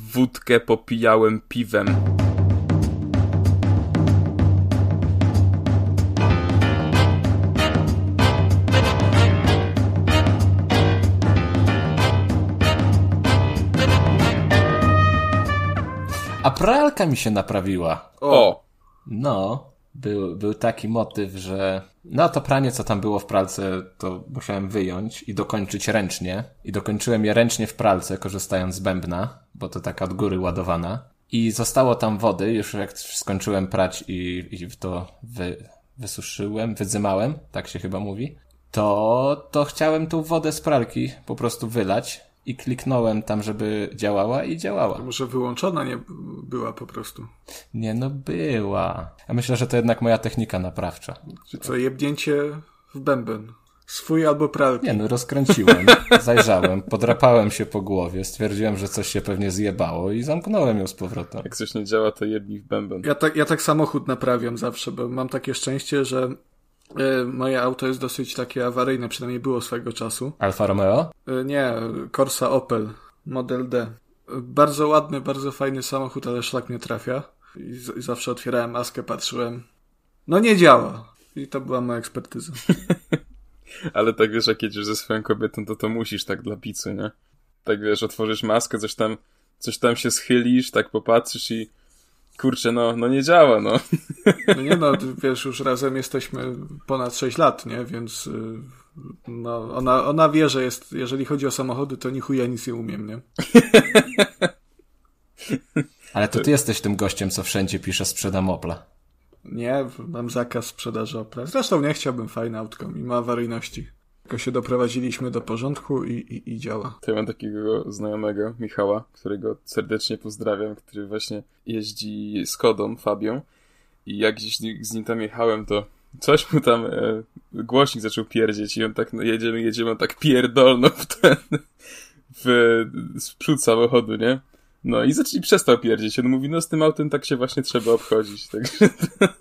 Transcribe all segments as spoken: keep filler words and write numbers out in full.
wódkę popijałem piwem. A pralka mi się naprawiła. O! No, był, był taki motyw, że no to pranie, co tam było w pralce, to musiałem wyjąć i dokończyć ręcznie. I dokończyłem je ręcznie w pralce, korzystając z bębna, bo to taka od góry ładowana. I zostało tam wody, już jak skończyłem prać i, i to wy, wysuszyłem, wydzymałem, tak się chyba mówi, to, to chciałem tą wodę z pralki po prostu wylać. I kliknąłem tam, żeby działała i działała. To może wyłączona nie była po prostu. Nie, no była. Ja myślę, że to jednak moja technika naprawcza. Czy co, jebnięcie w bęben? Swój albo pralki? Nie, no rozkręciłem, zajrzałem, podrapałem się po głowie, stwierdziłem, że coś się pewnie zjebało i zamknąłem ją z powrotem. Jak coś nie działa, to jebnij w bęben. Ja tak, ja tak samochód naprawiam zawsze, bo mam takie szczęście, że moje auto jest dosyć takie awaryjne, przynajmniej było swego czasu. Alfa Romeo? Nie, Corsa Opel, Model D. Bardzo ładny, bardzo fajny samochód, ale szlak nie trafia. I, z- i zawsze otwierałem maskę, patrzyłem. No nie działa. I to była moja ekspertyza. Ale tak wiesz, jak jedziesz ze swoją kobietą, to to musisz tak dla picy, nie? Tak wiesz, otworzysz maskę, coś tam, coś tam się schylisz, tak popatrzysz i kurczę, no, no nie działa, no. No nie no, wiesz, już razem jesteśmy ponad sześć lat, nie? Więc y, no, ona, ona wie, że jest, jeżeli chodzi o samochody, to ni chuja nic nie umiem, nie? Ale to ty jesteś tym gościem, co wszędzie pisze sprzedam Opla. Nie, mam zakaz sprzedaży Opla. Zresztą nie chciałbym, fajne autko, mimo awaryjności. Tylko się doprowadziliśmy do porządku i, i, i działa. To ja mam takiego znajomego, Michała, którego serdecznie pozdrawiam, który właśnie jeździ Skodą, Fabią i jak gdzieś z nim tam jechałem, to coś mu tam e, głośnik zaczął pierdzieć i on tak, no jedziemy, jedziemy, on tak pierdolno w ten, w, w przód samochodu, nie? No i zaczęli przestał pierdzieć. On mówi, no z tym autem tak się właśnie trzeba obchodzić. Także...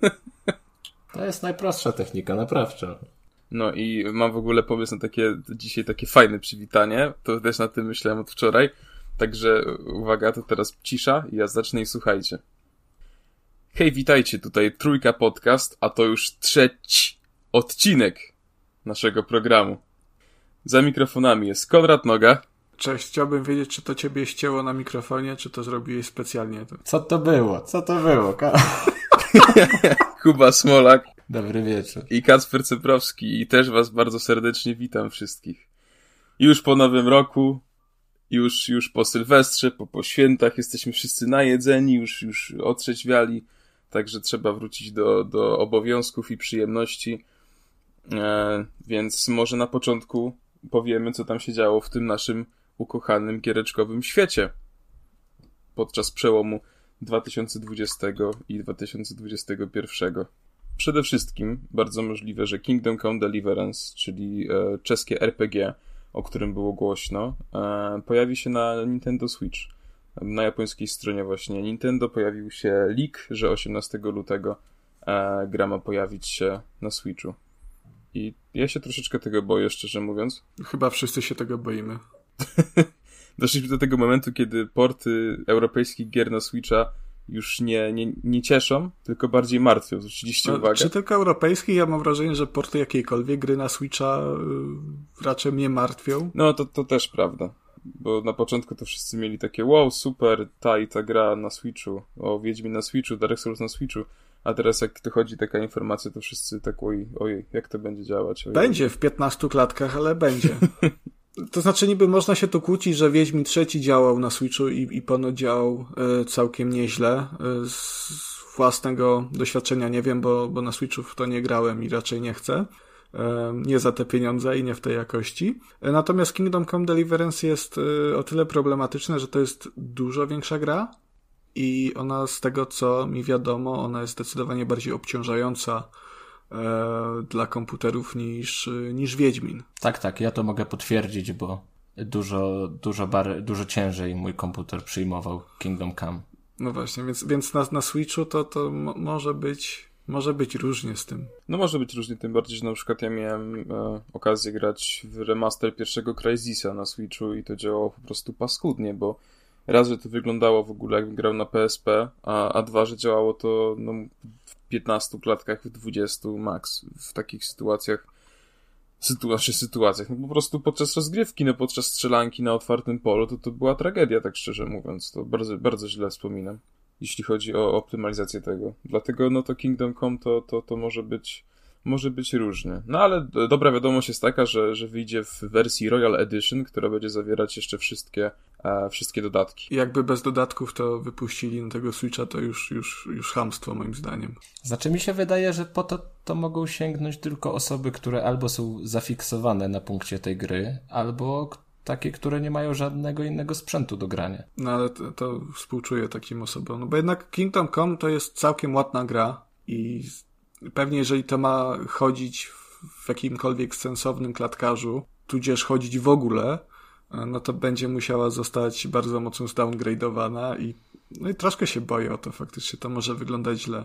To jest najprostsza technika naprawcza. No i mam w ogóle pomysł na takie, dzisiaj takie fajne przywitanie. To też na tym myślałem od wczoraj. Także uwaga, to teraz cisza i ja zacznę i słuchajcie. Hej, witajcie, tutaj Trójka Podcast, a to już trzeci odcinek naszego programu. Za mikrofonami jest Konrad Noga. Cześć, chciałbym wiedzieć, czy to ciebie ścięło na mikrofonie, czy to zrobiłeś specjalnie. Co to było? Co to było? Ka- Kuba Smolak. Dobry wieczór. I Kacper Ceprowski. I też was bardzo serdecznie witam wszystkich. Już po nowym roku, już, już po Sylwestrze, po, po świętach jesteśmy wszyscy najedzeni, już, już otrzeźwiali, także trzeba wrócić do, do obowiązków i przyjemności. E, więc może na początku powiemy, co tam się działo w tym naszym ukochanym giereczkowym świecie podczas przełomu dwa tysiące dwudziestego i dwa tysiące dwudziestego pierwszego. Przede wszystkim bardzo możliwe, że Kingdom Come Deliverance, czyli e, czeskie er pe gie, o którym było głośno, e, pojawi się na Nintendo Switch. Na japońskiej stronie właśnie Nintendo pojawił się leak, że osiemnastego lutego e, gra ma pojawić się na Switchu. I ja się troszeczkę tego boję, szczerze mówiąc. Chyba wszyscy się tego boimy. Doszliśmy do tego momentu, kiedy porty europejskich gier na Switcha już nie, nie, nie cieszą, tylko bardziej martwią. Zwróciliście No, uwagę? czy tylko europejskich? Ja mam wrażenie, że porty jakiejkolwiek gry na Switcha y, raczej mnie martwią. No, to, to też prawda. Bo na początku to wszyscy mieli takie wow, super, ta i ta gra na Switchu, o Wiedźmin na Switchu, Dark Souls na Switchu, a teraz jak dochodzi taka informacja, to wszyscy tak oj, ojej, jak to będzie działać? Ojej. Będzie w piętnastu klatkach, ale będzie. To znaczy niby można się tu kłócić, że Wiedźmin trzeci działał na Switchu i, i ponoć działał y, całkiem nieźle. Y, z własnego doświadczenia nie wiem, bo, bo na Switchu w to nie grałem i raczej nie chcę. Y, nie za te pieniądze i nie w tej jakości. Y, natomiast Kingdom Come Deliverance jest y, o tyle problematyczne, że to jest dużo większa gra i ona z tego co mi wiadomo, ona jest zdecydowanie bardziej obciążająca dla komputerów niż, niż Wiedźmin. Tak, tak, ja to mogę potwierdzić, bo dużo, dużo, bar, dużo ciężej mój komputer przyjmował Kingdom Come. No właśnie, więc, więc na, na Switchu to, to mo- może być może być różnie z tym. No może być różnie, tym bardziej, że na przykład ja miałem e, okazję grać w remaster pierwszego Crysisa na Switchu i to działało po prostu paskudnie, bo raz, że to wyglądało w ogóle jakbym grał na P S P, a, a dwa, że działało to no, w piętnastu klatkach, w dwudziestu max, w takich sytuacjach, sytuacjach, sytuacjach, no po prostu podczas rozgrywki, no podczas strzelanki na otwartym polu, to to była tragedia, tak szczerze mówiąc, to bardzo, bardzo źle wspominam, jeśli chodzi o optymalizację tego. Dlatego no to Kingdom Come to, to, to może być może być różnie. No ale dobra wiadomość jest taka, że, że wyjdzie w wersji Royal Edition, która będzie zawierać jeszcze wszystkie, e, wszystkie dodatki. Jakby bez dodatków to wypuścili na tego Switcha, to już, już, już chamstwo moim zdaniem. Znaczy mi się wydaje, że po to, to mogą sięgnąć tylko osoby, które albo są zafiksowane na punkcie tej gry, albo takie, które nie mają żadnego innego sprzętu do grania. No ale to, to współczuję takim osobom. No bo jednak Kingdom Come to jest całkiem ładna gra i pewnie jeżeli to ma chodzić w jakimkolwiek sensownym klatkarzu, tudzież chodzić w ogóle, no to będzie musiała zostać bardzo mocno zdowngrade'owana i, no i troszkę się boję o to faktycznie, to może wyglądać źle.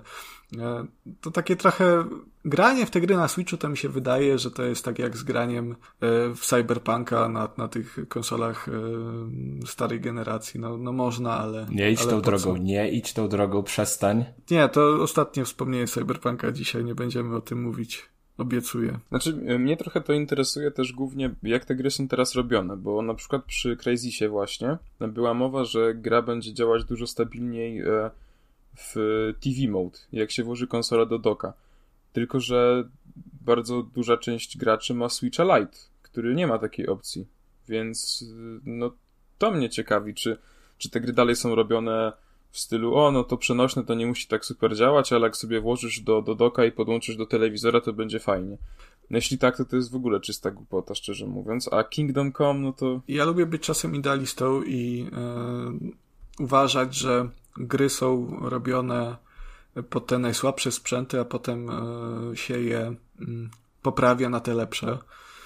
To takie trochę granie w te gry na Switchu, to mi się wydaje, że to jest tak jak z graniem w Cyberpunka na, na tych konsolach starej generacji. No, no można, ale... Nie idź ale tą drogą, co? nie idź tą drogą, przestań. Nie, to ostatnie wspomnienie Cyberpunka dzisiaj, nie będziemy o tym mówić. Obiecuję. Znaczy, mnie trochę to interesuje też głównie, jak te gry są teraz robione, bo na przykład przy Crysisie właśnie była mowa, że gra będzie działać dużo stabilniej w T V mode, jak się włoży konsola do docka. Tylko że bardzo duża część graczy ma Switcha Lite, który nie ma takiej opcji. Więc no to mnie ciekawi, czy, czy te gry dalej są robione w stylu, o no to przenośne to nie musi tak super działać, ale jak sobie włożysz do, do docka i podłączysz do telewizora, to będzie fajnie. No jeśli tak, to to jest w ogóle czysta głupota, szczerze mówiąc. A Kingdom Come, no to... Ja lubię być czasem idealistą i yy, uważać, że gry są robione pod te najsłabsze sprzęty, a potem yy, się je yy, poprawia na te lepsze.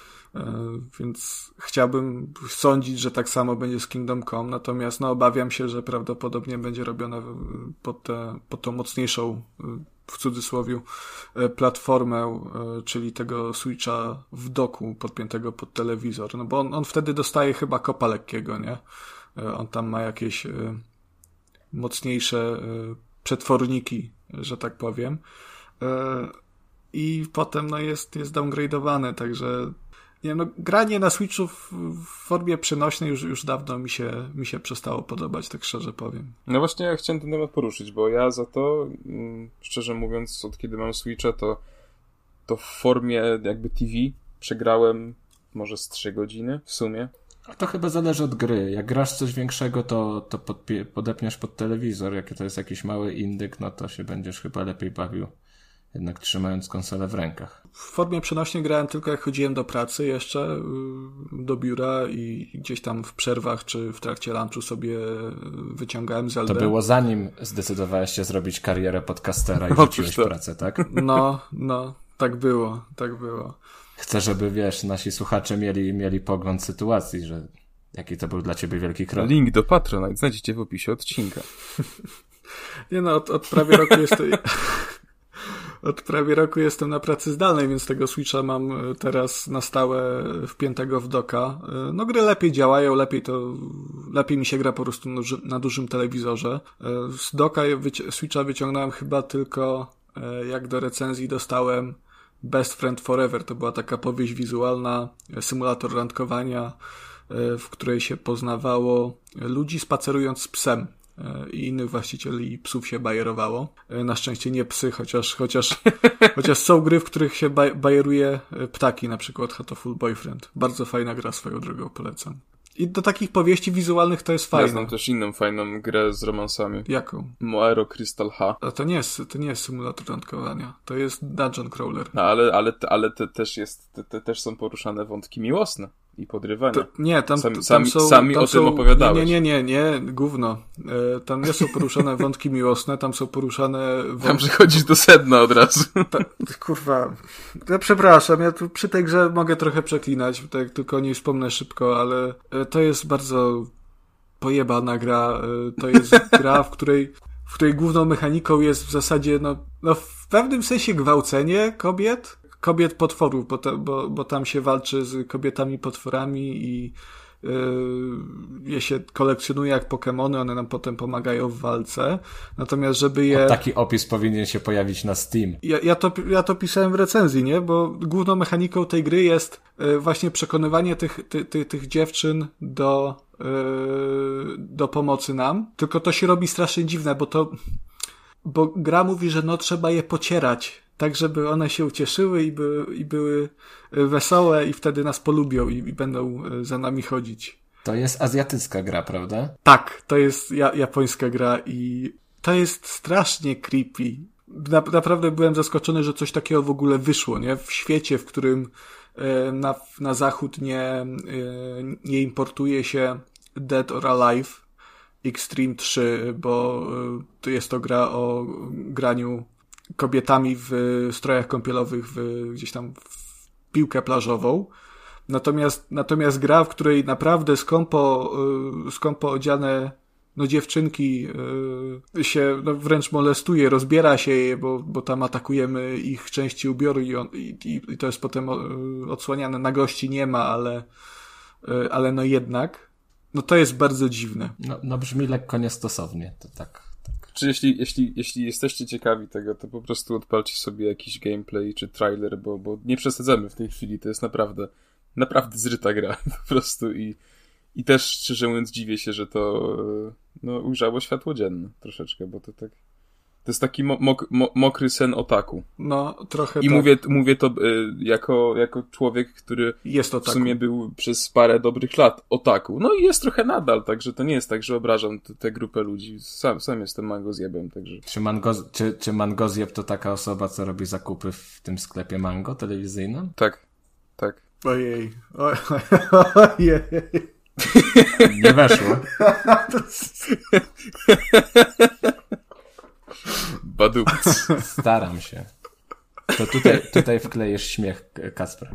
Więc chciałbym sądzić, że tak samo będzie z Kingdom Come, natomiast no, obawiam się, że prawdopodobnie będzie robione pod, te, pod tą mocniejszą, w cudzysłowie, platformę, czyli tego Switcha w doku podpiętego pod telewizor, no bo on, on wtedy dostaje chyba kopa lekkiego, nie? On tam ma jakieś mocniejsze przetworniki, że tak powiem. I potem no, jest, jest downgrade'owane, także nie wiem, no, granie na Switchu w, w formie przenośnej już, już dawno mi się, mi się przestało podobać, tak szczerze powiem. No właśnie ja chciałem ten temat poruszyć, bo ja za to, szczerze mówiąc, od kiedy mam Switcha, to, to w formie jakby T V przegrałem może z trzy godziny w sumie. A to chyba zależy od gry. Jak grasz coś większego, to, to podpie- podepniesz pod telewizor. Jak to jest jakiś mały indyk, no to się będziesz chyba lepiej bawił, jednak trzymając konsolę w rękach. W formie przenośnej grałem tylko jak chodziłem do pracy jeszcze, do biura i gdzieś tam w przerwach czy w trakcie lunchu sobie wyciągałem Zeldę. To było zanim zdecydowałeś się zrobić karierę podcastera i rzuciłeś pracę, tak? No, no, tak było, tak było. Chcę, żeby, wiesz, nasi słuchacze mieli, mieli pogląd sytuacji, że jaki to był dla ciebie wielki krok. Link do Patronite znajdziecie w opisie odcinka. Nie no, od, od prawie roku jest to... Od prawie roku jestem na pracy zdalnej, więc tego Switcha mam teraz na stałe wpiętego w docka. No gry lepiej działają, lepiej to, lepiej mi się gra po prostu na dużym telewizorze. Z docka wyci- Switcha wyciągnąłem chyba tylko, jak do recenzji dostałem Best Friend Forever. To była taka powieść wizualna, symulator randkowania, w której się poznawało ludzi spacerując z psem. I innych właścicieli psów się bajerowało. Na szczęście nie psy, chociaż chociaż, chociaż są gry, w których się baj- bajeruje ptaki, na przykład Hatoful Boyfriend. Bardzo fajna gra, swoją drogą polecam. I do takich powieści wizualnych to jest fajne. Ja znam też inną fajną grę z romansami. Jaką? Moero Crystal H. A to nie jest, to nie jest symulator randkowania. To jest dungeon crawler. No, ale, ale, ale te też jest, te, te też są poruszane wątki miłosne i podrywania. To, nie, tam, sami, tam sami, są... Sami tam o są, tym opowiadałeś. Nie, nie, nie, nie, nie gówno. E, tam nie są poruszane wątki miłosne, tam są poruszane wątki... Tam przychodzisz do sedna od razu. Ta, kurwa, ja przepraszam, ja tu przy tej grze mogę trochę przeklinać, tak tylko o niej wspomnę szybko, ale to jest bardzo pojebana gra. To jest gra, w której, w której główną mechaniką jest w zasadzie, no, no w pewnym sensie gwałcenie kobiet, kobiet potworów, bo, to, bo, bo tam się walczy z kobietami potworami i je się kolekcjonuje jak Pokemony, one nam potem pomagają w walce. Natomiast żeby je... O, taki opis powinien się pojawić na Steam. Ja, ja, to, ja to pisałem w recenzji, nie? Bo główną mechaniką tej gry jest właśnie przekonywanie tych, ty, ty, tych dziewczyn do, do pomocy nam. Tylko to się robi strasznie dziwne, bo to... Bo gra mówi, że no trzeba je pocierać, tak żeby one się ucieszyły i, by, i były wesołe i wtedy nas polubią i, i będą za nami chodzić. To jest azjatycka gra, prawda? Tak, to jest ja, japońska gra i to jest strasznie creepy. Na, naprawdę byłem zaskoczony, że coś takiego w ogóle wyszło, nie? W świecie, w którym e, na, na zachód nie, e, nie importuje się Dead or Alive Extreme trzy, bo e, to jest to gra o graniu kobietami w strojach kąpielowych w, gdzieś tam w piłkę plażową. Natomiast, natomiast gra, w której naprawdę skąpo, yy, skąpo odziane no dziewczynki yy, się no, wręcz molestuje, rozbiera się je, bo, bo tam atakujemy ich części ubioru i, on, i, i to jest potem yy, odsłaniane. Nagości nie ma, ale, yy, ale no jednak. No to jest bardzo dziwne. No, no brzmi lekko niestosownie, to tak. Czy jeśli, jeśli, jeśli jesteście ciekawi tego, to po prostu odpalcie sobie jakiś gameplay czy trailer, bo, bo nie przesadzamy w tej chwili, to jest naprawdę, naprawdę zryta gra po prostu i, i też szczerze mówiąc dziwię się, że to no, ujrzało światło dzienne troszeczkę, bo to tak, to jest taki mo- mok- mo- mokry sen otaku. No, trochę I tak. mówię, mówię to y, jako, jako człowiek, który jest w sumie był przez parę dobrych lat otaku. No i jest trochę nadal, także to nie jest tak, że obrażam tę grupę ludzi. Sam, sam jestem mangozjebem, także... Czy, mango, czy, czy mangozjeb to taka osoba, co robi zakupy w tym sklepie Mango telewizyjnym? Tak, tak. Ojej. Oj, ojej. Nie weszło. Badum. Staram się. To tutaj, tutaj wklejesz śmiech, Kacper.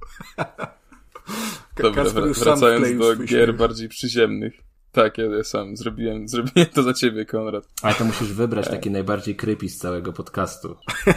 Dobra, Kacper wr- już sam wracając wkleił do swój gier śmiech. bardziej przyziemnych. Tak, ja, ja sam zrobiłem, zrobiłem to za ciebie, Konrad. Ale to musisz wybrać taki najbardziej creepy z całego podcastu.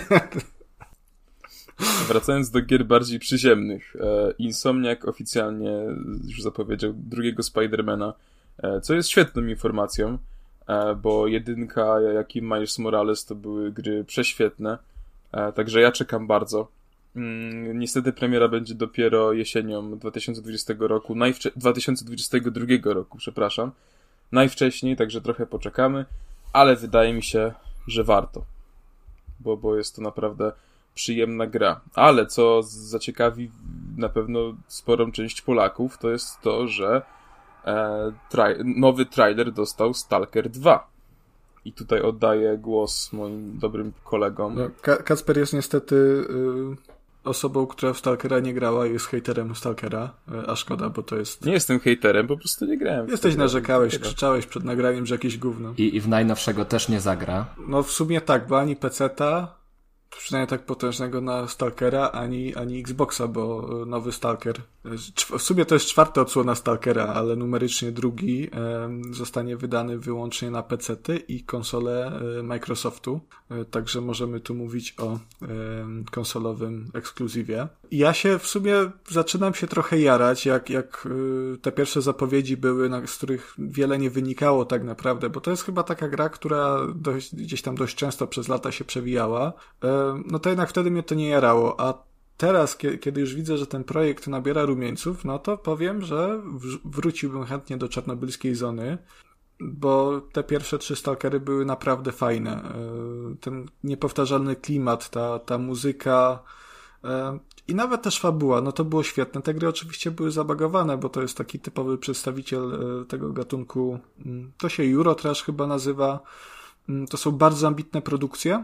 Wracając do gier bardziej przyziemnych. E, Insomniac oficjalnie już zapowiedział drugiego Spidermana, e, co jest świetną informacją, e, bo jedynka, jak i Miles Morales to były gry prześwietne, e, także ja czekam bardzo. Mm, niestety premiera będzie dopiero jesienią dwa tysiące dwudziestego roku, najwcze- dwa tysiące dwudziestego drugiego roku, przepraszam, najwcześniej, także trochę poczekamy, ale wydaje mi się, że warto, bo, bo jest to naprawdę przyjemna gra. Ale co zaciekawi na pewno sporą część Polaków, to jest to, że e, tra- nowy trailer dostał Stalker dwa. I tutaj oddaję głos moim dobrym kolegom. No, Ka- Kacper jest niestety y, osobą, która w Stalkera nie grała i jest hejterem Stalkera, y, a szkoda, bo to jest... Nie jestem hejterem, po prostu nie grałem. Jesteś, narzekałeś, krzyczałeś przed nagraniem, że jakieś gówno. I, I w najnowszego też nie zagra. No w sumie tak, bo ani peceta, przynajmniej tak potężnego na Stalkera, ani, ani Xboxa, bo nowy Stalker, w sumie to jest czwarta odsłona Stalkera, ale numerycznie drugi e, zostanie wydany wyłącznie na pecety i konsole e, Microsoftu, e, także możemy tu mówić o e, konsolowym ekskluzywie. Ja się w sumie zaczynam się trochę jarać, jak, jak e, te pierwsze zapowiedzi były, na, z których wiele nie wynikało tak naprawdę, bo to jest chyba taka gra, która dość, gdzieś tam dość często przez lata się przewijała. E, no to jednak wtedy mnie to nie jarało, a teraz, kiedy już widzę, że ten projekt nabiera rumieńców, no to powiem, że wróciłbym chętnie do czarnobylskiej zony, bo te pierwsze trzy Stalkery były naprawdę fajne. Ten niepowtarzalny klimat, ta, ta muzyka i nawet też fabuła, no to było świetne. Te gry oczywiście były zabagowane, bo to jest taki typowy przedstawiciel tego gatunku, to się Eurotrash chyba nazywa. To są bardzo ambitne produkcje,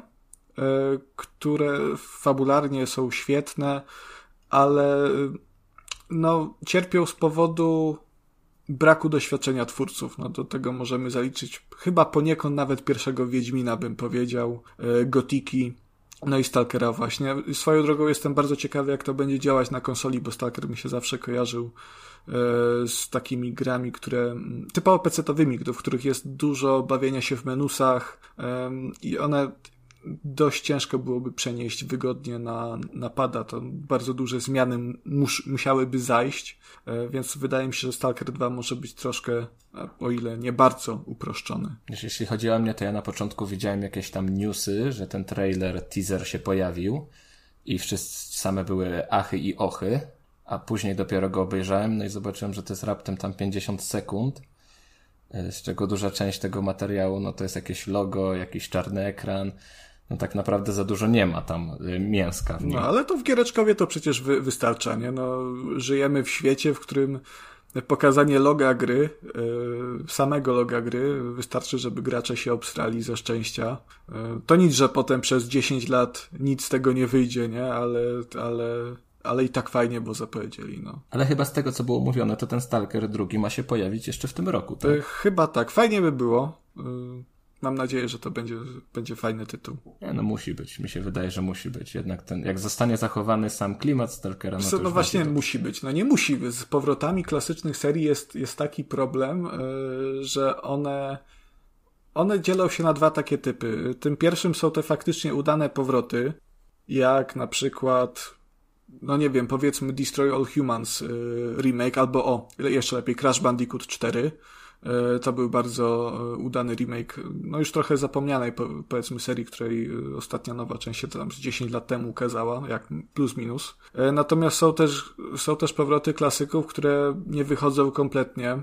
które fabularnie są świetne, ale no, cierpią z powodu braku doświadczenia twórców. No, do tego możemy zaliczyć chyba poniekąd nawet pierwszego Wiedźmina, bym powiedział, Gotiki, no i Stalkera właśnie. Swoją drogą jestem bardzo ciekawy, jak to będzie działać na konsoli, bo Stalker mi się zawsze kojarzył z takimi grami, które typowo pecetowymi, w których jest dużo bawienia się w menusach i one dość ciężko byłoby przenieść wygodnie na, na pada. To bardzo duże zmiany mus, musiałyby zajść, więc wydaje mi się, że Stalker dwa może być troszkę, o ile nie bardzo uproszczony. Jeśli chodzi o mnie, to ja na początku widziałem jakieś tam newsy, że ten trailer, teaser się pojawił i wszyscy same były achy i ochy, a później dopiero go obejrzałem, no i zobaczyłem, że to jest raptem tam pięćdziesiąt sekund, z czego duża część tego materiału, no to jest jakieś logo, jakiś czarny ekran. No tak naprawdę za dużo nie ma tam mięska w nim. No ale to w giereczkowie to przecież wy, wystarcza, nie? No, żyjemy w świecie, w którym pokazanie loga gry, yy, samego loga gry wystarczy, żeby gracze się obstrali ze szczęścia. Yy, to nic, że potem przez dziesięć lat nic z tego nie wyjdzie, nie? Ale, ale, ale i tak fajnie, bo zapowiedzieli, no. Ale chyba z tego, co było mówione, to ten Stalker drugi ma się pojawić jeszcze w tym roku, tak? Yy, chyba tak. Fajnie by było. Yy. Mam nadzieję, że to będzie, będzie fajny tytuł. Nie, no musi być. Mi się wydaje, że musi być. Jednak ten, jak zostanie zachowany sam klimat Stalkera, no to Co, już no właśnie to... musi być. No nie musi. Z powrotami klasycznych serii jest, jest taki problem, yy, że one, one dzielą się na dwa takie typy. Tym pierwszym są te faktycznie udane powroty, jak na przykład, no nie wiem, powiedzmy Destroy All Humans yy, remake, albo o, jeszcze lepiej Crash Bandicoot cztery. To był bardzo udany remake, no już trochę zapomnianej, powiedzmy, serii, której ostatnia nowa część się tam z dziesięć lat temu ukazała, jak plus minus. Natomiast są też, są też powroty klasyków, które nie wychodzą kompletnie,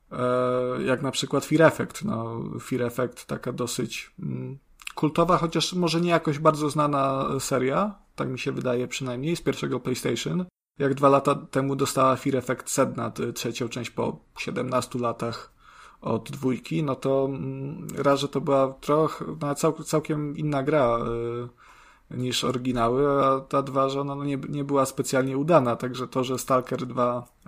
jak na przykład Fear Effect. No, Fear Effect, taka dosyć kultowa, chociaż może nie jakoś bardzo znana seria, tak mi się wydaje przynajmniej, z pierwszego PlayStation. Jak dwa lata temu dostała Fear Effect Sedna, trzecią część po siedemnastu latach od dwójki, no to raz, że to była trochę, no, cał, całkiem inna gra y, niż oryginały, a ta dwa, że ona no, nie, nie była specjalnie udana, także to, że Stalker dwa y,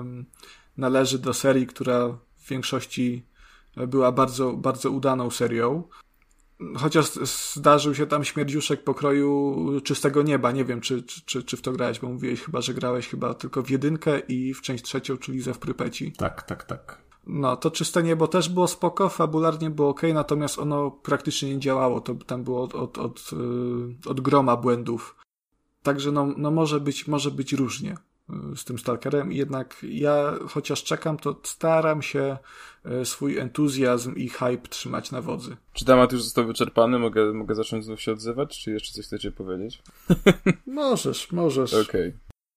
należy do serii, która w większości była bardzo, bardzo udaną serią, chociaż zdarzył się tam śmierdziuszek pokroju Czystego Nieba. Nie wiem, czy, czy, czy w to grałeś, bo mówiłeś chyba, że grałeś chyba tylko w jedynkę i w część trzecią, czyli ze w Prypeci. Tak, tak, tak. No, to Czyste Niebo też było spoko, fabularnie było okej, natomiast ono praktycznie nie działało. To tam było od, od, od, od groma błędów. Także no, no może być, może być różnie z tym Stalkerem. Jednak ja chociaż czekam, to staram się swój entuzjazm i hype trzymać na wodzy. Czy temat już został wyczerpany? Mogę, mogę zacząć znów się odzywać? Czy jeszcze coś chcecie powiedzieć? Możesz, możesz. Okej. Okay.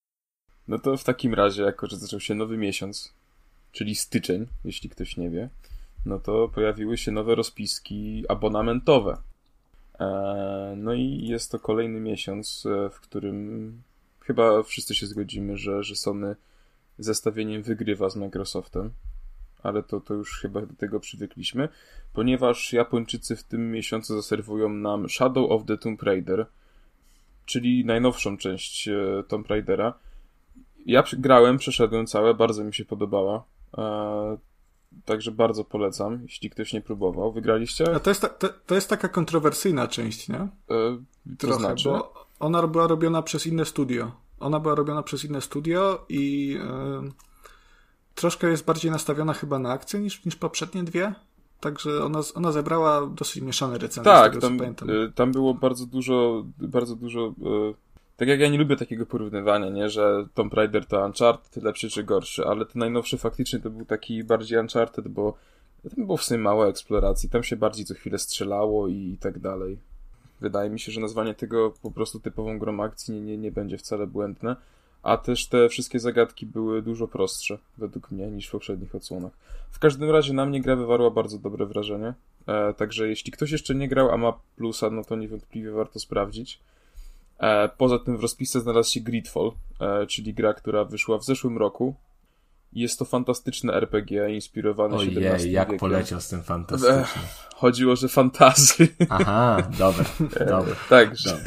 No to w takim razie, jako że zaczął się nowy miesiąc, czyli styczeń, jeśli ktoś nie wie, no to pojawiły się nowe rozpiski abonamentowe. Eee, no i jest to kolejny miesiąc, w którym chyba wszyscy się zgodzimy, że, że Sony zestawieniem wygrywa z Microsoftem, ale to, to już chyba do tego przywykliśmy, ponieważ Japończycy w tym miesiącu zaserwują nam Shadow of the Tomb Raider, czyli najnowszą część Tomb Raidera. Ja grałem, przeszedłem całe, bardzo mi się podobała, eee, także bardzo polecam, jeśli ktoś nie próbował. Wygraliście? A to jest, ta, to, to jest taka kontrowersyjna część, nie? Eee, to Trochę, znaczy? Bo ona była robiona przez inne studio. Ona była robiona przez inne studio i yy, troszkę jest bardziej nastawiona chyba na akcję niż, niż poprzednie dwie. Także ona, ona zebrała dosyć mieszane recenzje. Tak, z tego, tam, co pamiętam. y, tam było bardzo dużo, bardzo dużo... Y, tak jak ja nie lubię takiego porównywania, nie, że Tomb Raider to Uncharted lepszy czy gorszy, ale ten najnowszy faktycznie to był taki bardziej Uncharted, bo tam było w sumie mało eksploracji, tam się bardziej co chwilę strzelało i tak dalej. Wydaje mi się, że nazwanie tego po prostu typową grą akcji nie, nie, nie będzie wcale błędne, a też te wszystkie zagadki były dużo prostsze, według mnie, niż w poprzednich odsłonach. W każdym razie na mnie gra wywarła bardzo dobre wrażenie, e, także jeśli ktoś jeszcze nie grał, a ma plusa, no to niewątpliwie warto sprawdzić. E, poza tym w rozpisce znalazł się Gridfall, e, czyli gra, która wyszła w zeszłym roku. Jest to fantastyczne er pe gie inspirowane siedemnastym Ojej, jak wiekiem. poleciał z tym fantastycznie. Chodziło, że fantazy. Aha, dobra, dobra. Tak, że...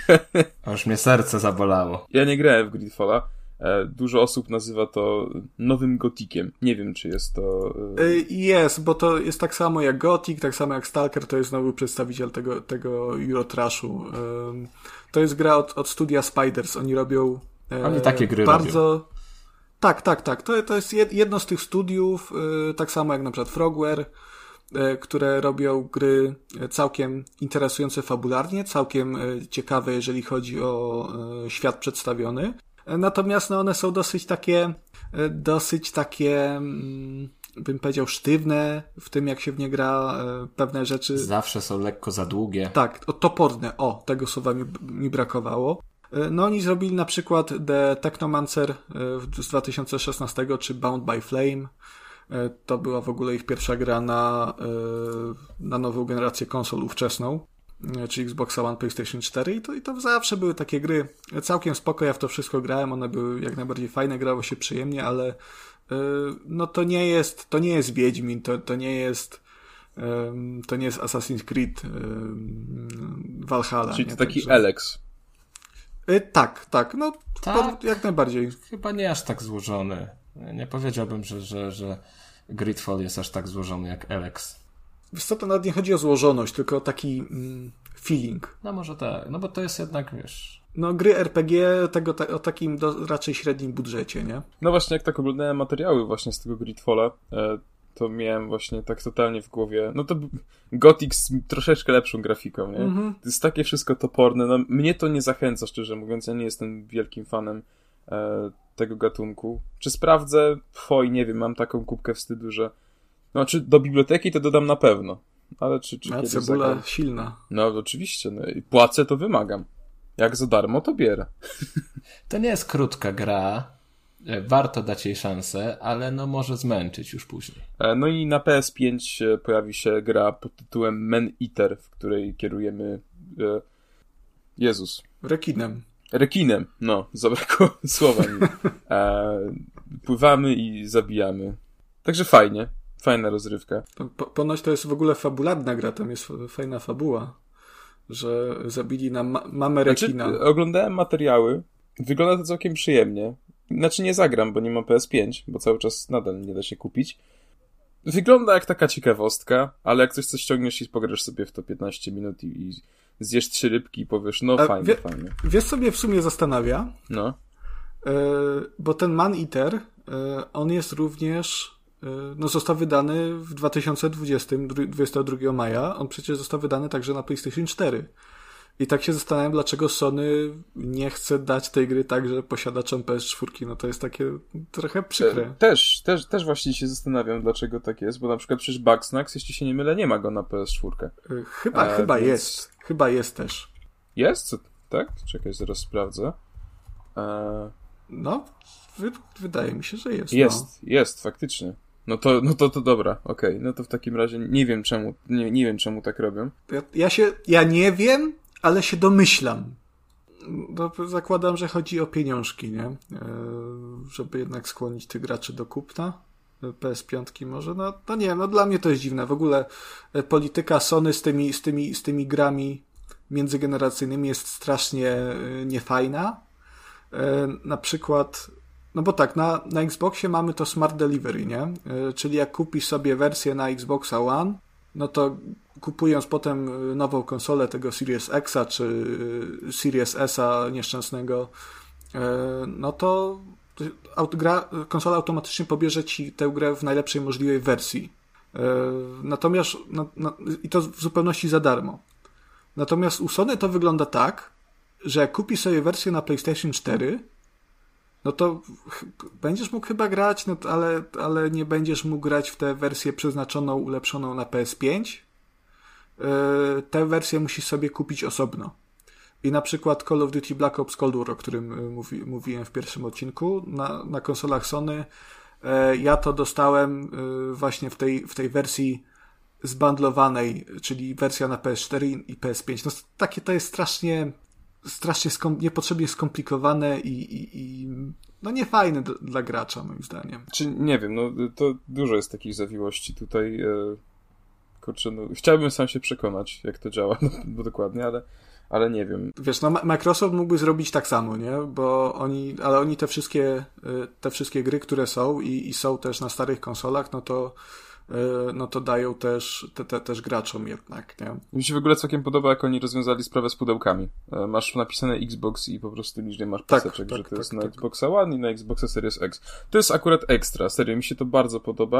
Aż mnie serce zabolało. Ja nie grałem w Gridfalla. Dużo osób nazywa to nowym Gothikiem. Nie wiem, czy jest to... Jest, bo to jest tak samo jak Gothic, tak samo jak Stalker, to jest nowy przedstawiciel tego, tego Eurotrashu. To jest gra od, od studia Spiders. Oni robią... Oni takie gry bardzo... robią. Tak, tak, tak. To, to jest jedno z tych studiów, tak samo jak na przykład Frogware. które robią gry całkiem interesujące fabularnie, całkiem ciekawe, jeżeli chodzi o świat przedstawiony. Natomiast no, one są dosyć takie, dosyć takie, bym powiedział, sztywne w tym, jak się w nie gra pewne rzeczy. Zawsze są lekko za długie. Tak, toporne. O, tego słowa mi, mi brakowało. No oni zrobili na przykład The Technomancer z dwa tysiące szesnastego czy Bound by Flame. To była w ogóle ich pierwsza gra na, na nową generację konsol ówczesną, czyli Xbox One, PlayStation cztery i to, i to zawsze były takie gry całkiem spoko, ja w to wszystko grałem, one były jak najbardziej fajne, grało się przyjemnie, ale no to nie jest, to nie jest Wiedźmin, to, to nie jest to nie jest Assassin's Creed Valhalla. Czyli to nie? taki Także... Elex. Tak, tak, no tak? To, jak najbardziej. Chyba nie aż tak złożony. Nie powiedziałbym, że, że, że Gridfall jest aż tak złożony jak Elex. Wiesz co, to nawet nie chodzi o złożoność, tylko o taki mm, feeling. No może tak, no bo to jest jednak, wiesz... No gry R P G tego ta, o takim do, raczej średnim budżecie, nie? No właśnie, jak tak oglądałem materiały właśnie z tego Gridfalla, e, to miałem właśnie tak totalnie w głowie, no to Gothic z troszeczkę lepszą grafiką, nie? Mm-hmm. To jest takie wszystko toporne, no mnie to nie zachęca, szczerze mówiąc, ja nie jestem wielkim fanem e, tego gatunku. Czy sprawdzę? Foj, nie wiem, mam taką kubkę wstydu, że no, czy do biblioteki to dodam na pewno, ale czy, czy A kiedyś cebula zagram? silna. No oczywiście, no i płacę, to wymagam. Jak za darmo, to bierę. To nie jest krótka gra, warto dać jej szansę, ale no może zmęczyć już później. No i na P S pięć pojawi się gra pod tytułem Man Eater, w której kierujemy e, Jezus. Rekinem. Rekinem, no, zabrakło słowa mi. E, pływamy i zabijamy. Także fajnie, fajna rozrywka. Po, ponoć to jest w ogóle fabularna gra, tam jest fajna fabuła, że zabili nam ma- mamę rekina. Znaczy, oglądałem materiały, wygląda to całkiem przyjemnie. Znaczy nie zagram, bo nie mam P S pięć, bo cały czas nadal nie da się kupić. Wygląda jak taka ciekawostka, ale jak coś coś ściągniesz i pograsz sobie w to piętnaście minut i, i zjesz trzy rybki i powiesz, no A fajnie, wie, fajnie. Wiesz, co mnie w sumie zastanawia? No. Yy, bo ten Man Eater, yy, on jest również, yy, no został wydany w dwa tysiące dwudziestym, dwudziestego drugiego maja, on przecież został wydany także na PlayStation cztery. I tak się zastanawiam, dlaczego Sony nie chce dać tej gry także posiadaczom P S cztery. No to jest takie trochę przykre. Też, też, też właśnie się zastanawiam, dlaczego tak jest, bo na przykład przecież Bugsnax, jeśli się nie mylę, nie ma go na P S cztery. Chyba, e, chyba więc... jest. Chyba jest też. Jest? Co, tak? Czekaj, zaraz sprawdzę. E... No, wy, wydaje mi się, że jest. Jest, no. jest, faktycznie. No to, no to, to dobra, okej. Okay. No to w takim razie nie wiem czemu, nie, nie wiem czemu tak robią. Ja, ja się, ja nie wiem, ale się domyślam. No, zakładam, że chodzi o pieniążki, nie? E, żeby jednak skłonić tych graczy do kupna P S pięć może. No, no nie wiem, no dla mnie to jest dziwne. W ogóle polityka Sony z tymi, z tymi, z tymi grami międzygeneracyjnymi jest strasznie niefajna. E, na przykład, no bo tak, na, na Xboxie mamy to Smart Delivery, nie? E, czyli jak kupisz sobie wersję na Xboxa One, no to kupując potem nową konsolę tego Series X'a czy Series S'a nieszczęsnego, no to gra, konsola automatycznie pobierze ci tę grę w najlepszej możliwej wersji. Natomiast no, no, i to w zupełności za darmo. Natomiast u Sony to wygląda tak, że jak kupisz sobie wersję na PlayStation cztery, no to ch- będziesz mógł chyba grać, no, ale, ale nie będziesz mógł grać w tę wersję przeznaczoną, ulepszoną na P S pięć. Yy, tę wersję musisz sobie kupić osobno. I na przykład Call of Duty Black Ops Cold War, o którym mówi, mówiłem w pierwszym odcinku, na, na konsolach Sony, yy, ja to dostałem yy, właśnie w tej, w tej wersji zbundlowanej, czyli wersja na P S cztery i P S pięć. No takie to jest strasznie strasznie skom- niepotrzebnie skomplikowane i, i, i no niefajne d- dla gracza, moim zdaniem. Czy nie wiem, no to dużo jest takich zawiłości tutaj. E, kurczę, no chciałbym sam się przekonać, jak to działa, no, bo dokładnie, ale, ale nie wiem. Wiesz, no Microsoft mógłby zrobić tak samo, nie? Bo oni, ale oni te wszystkie, te wszystkie gry, które są i, i są też na starych konsolach, no to no to dają też, te, te, też graczom jednak, nie? Mi się w ogóle całkiem podoba, jak oni rozwiązali sprawę z pudełkami. Masz napisane Xbox i po prostu niżej masz tak, paseczek, tak, że to tak, jest tak, na tak. Xboxa One i na Xboxa Series X. To jest akurat ekstra, serio, mi się to bardzo podoba.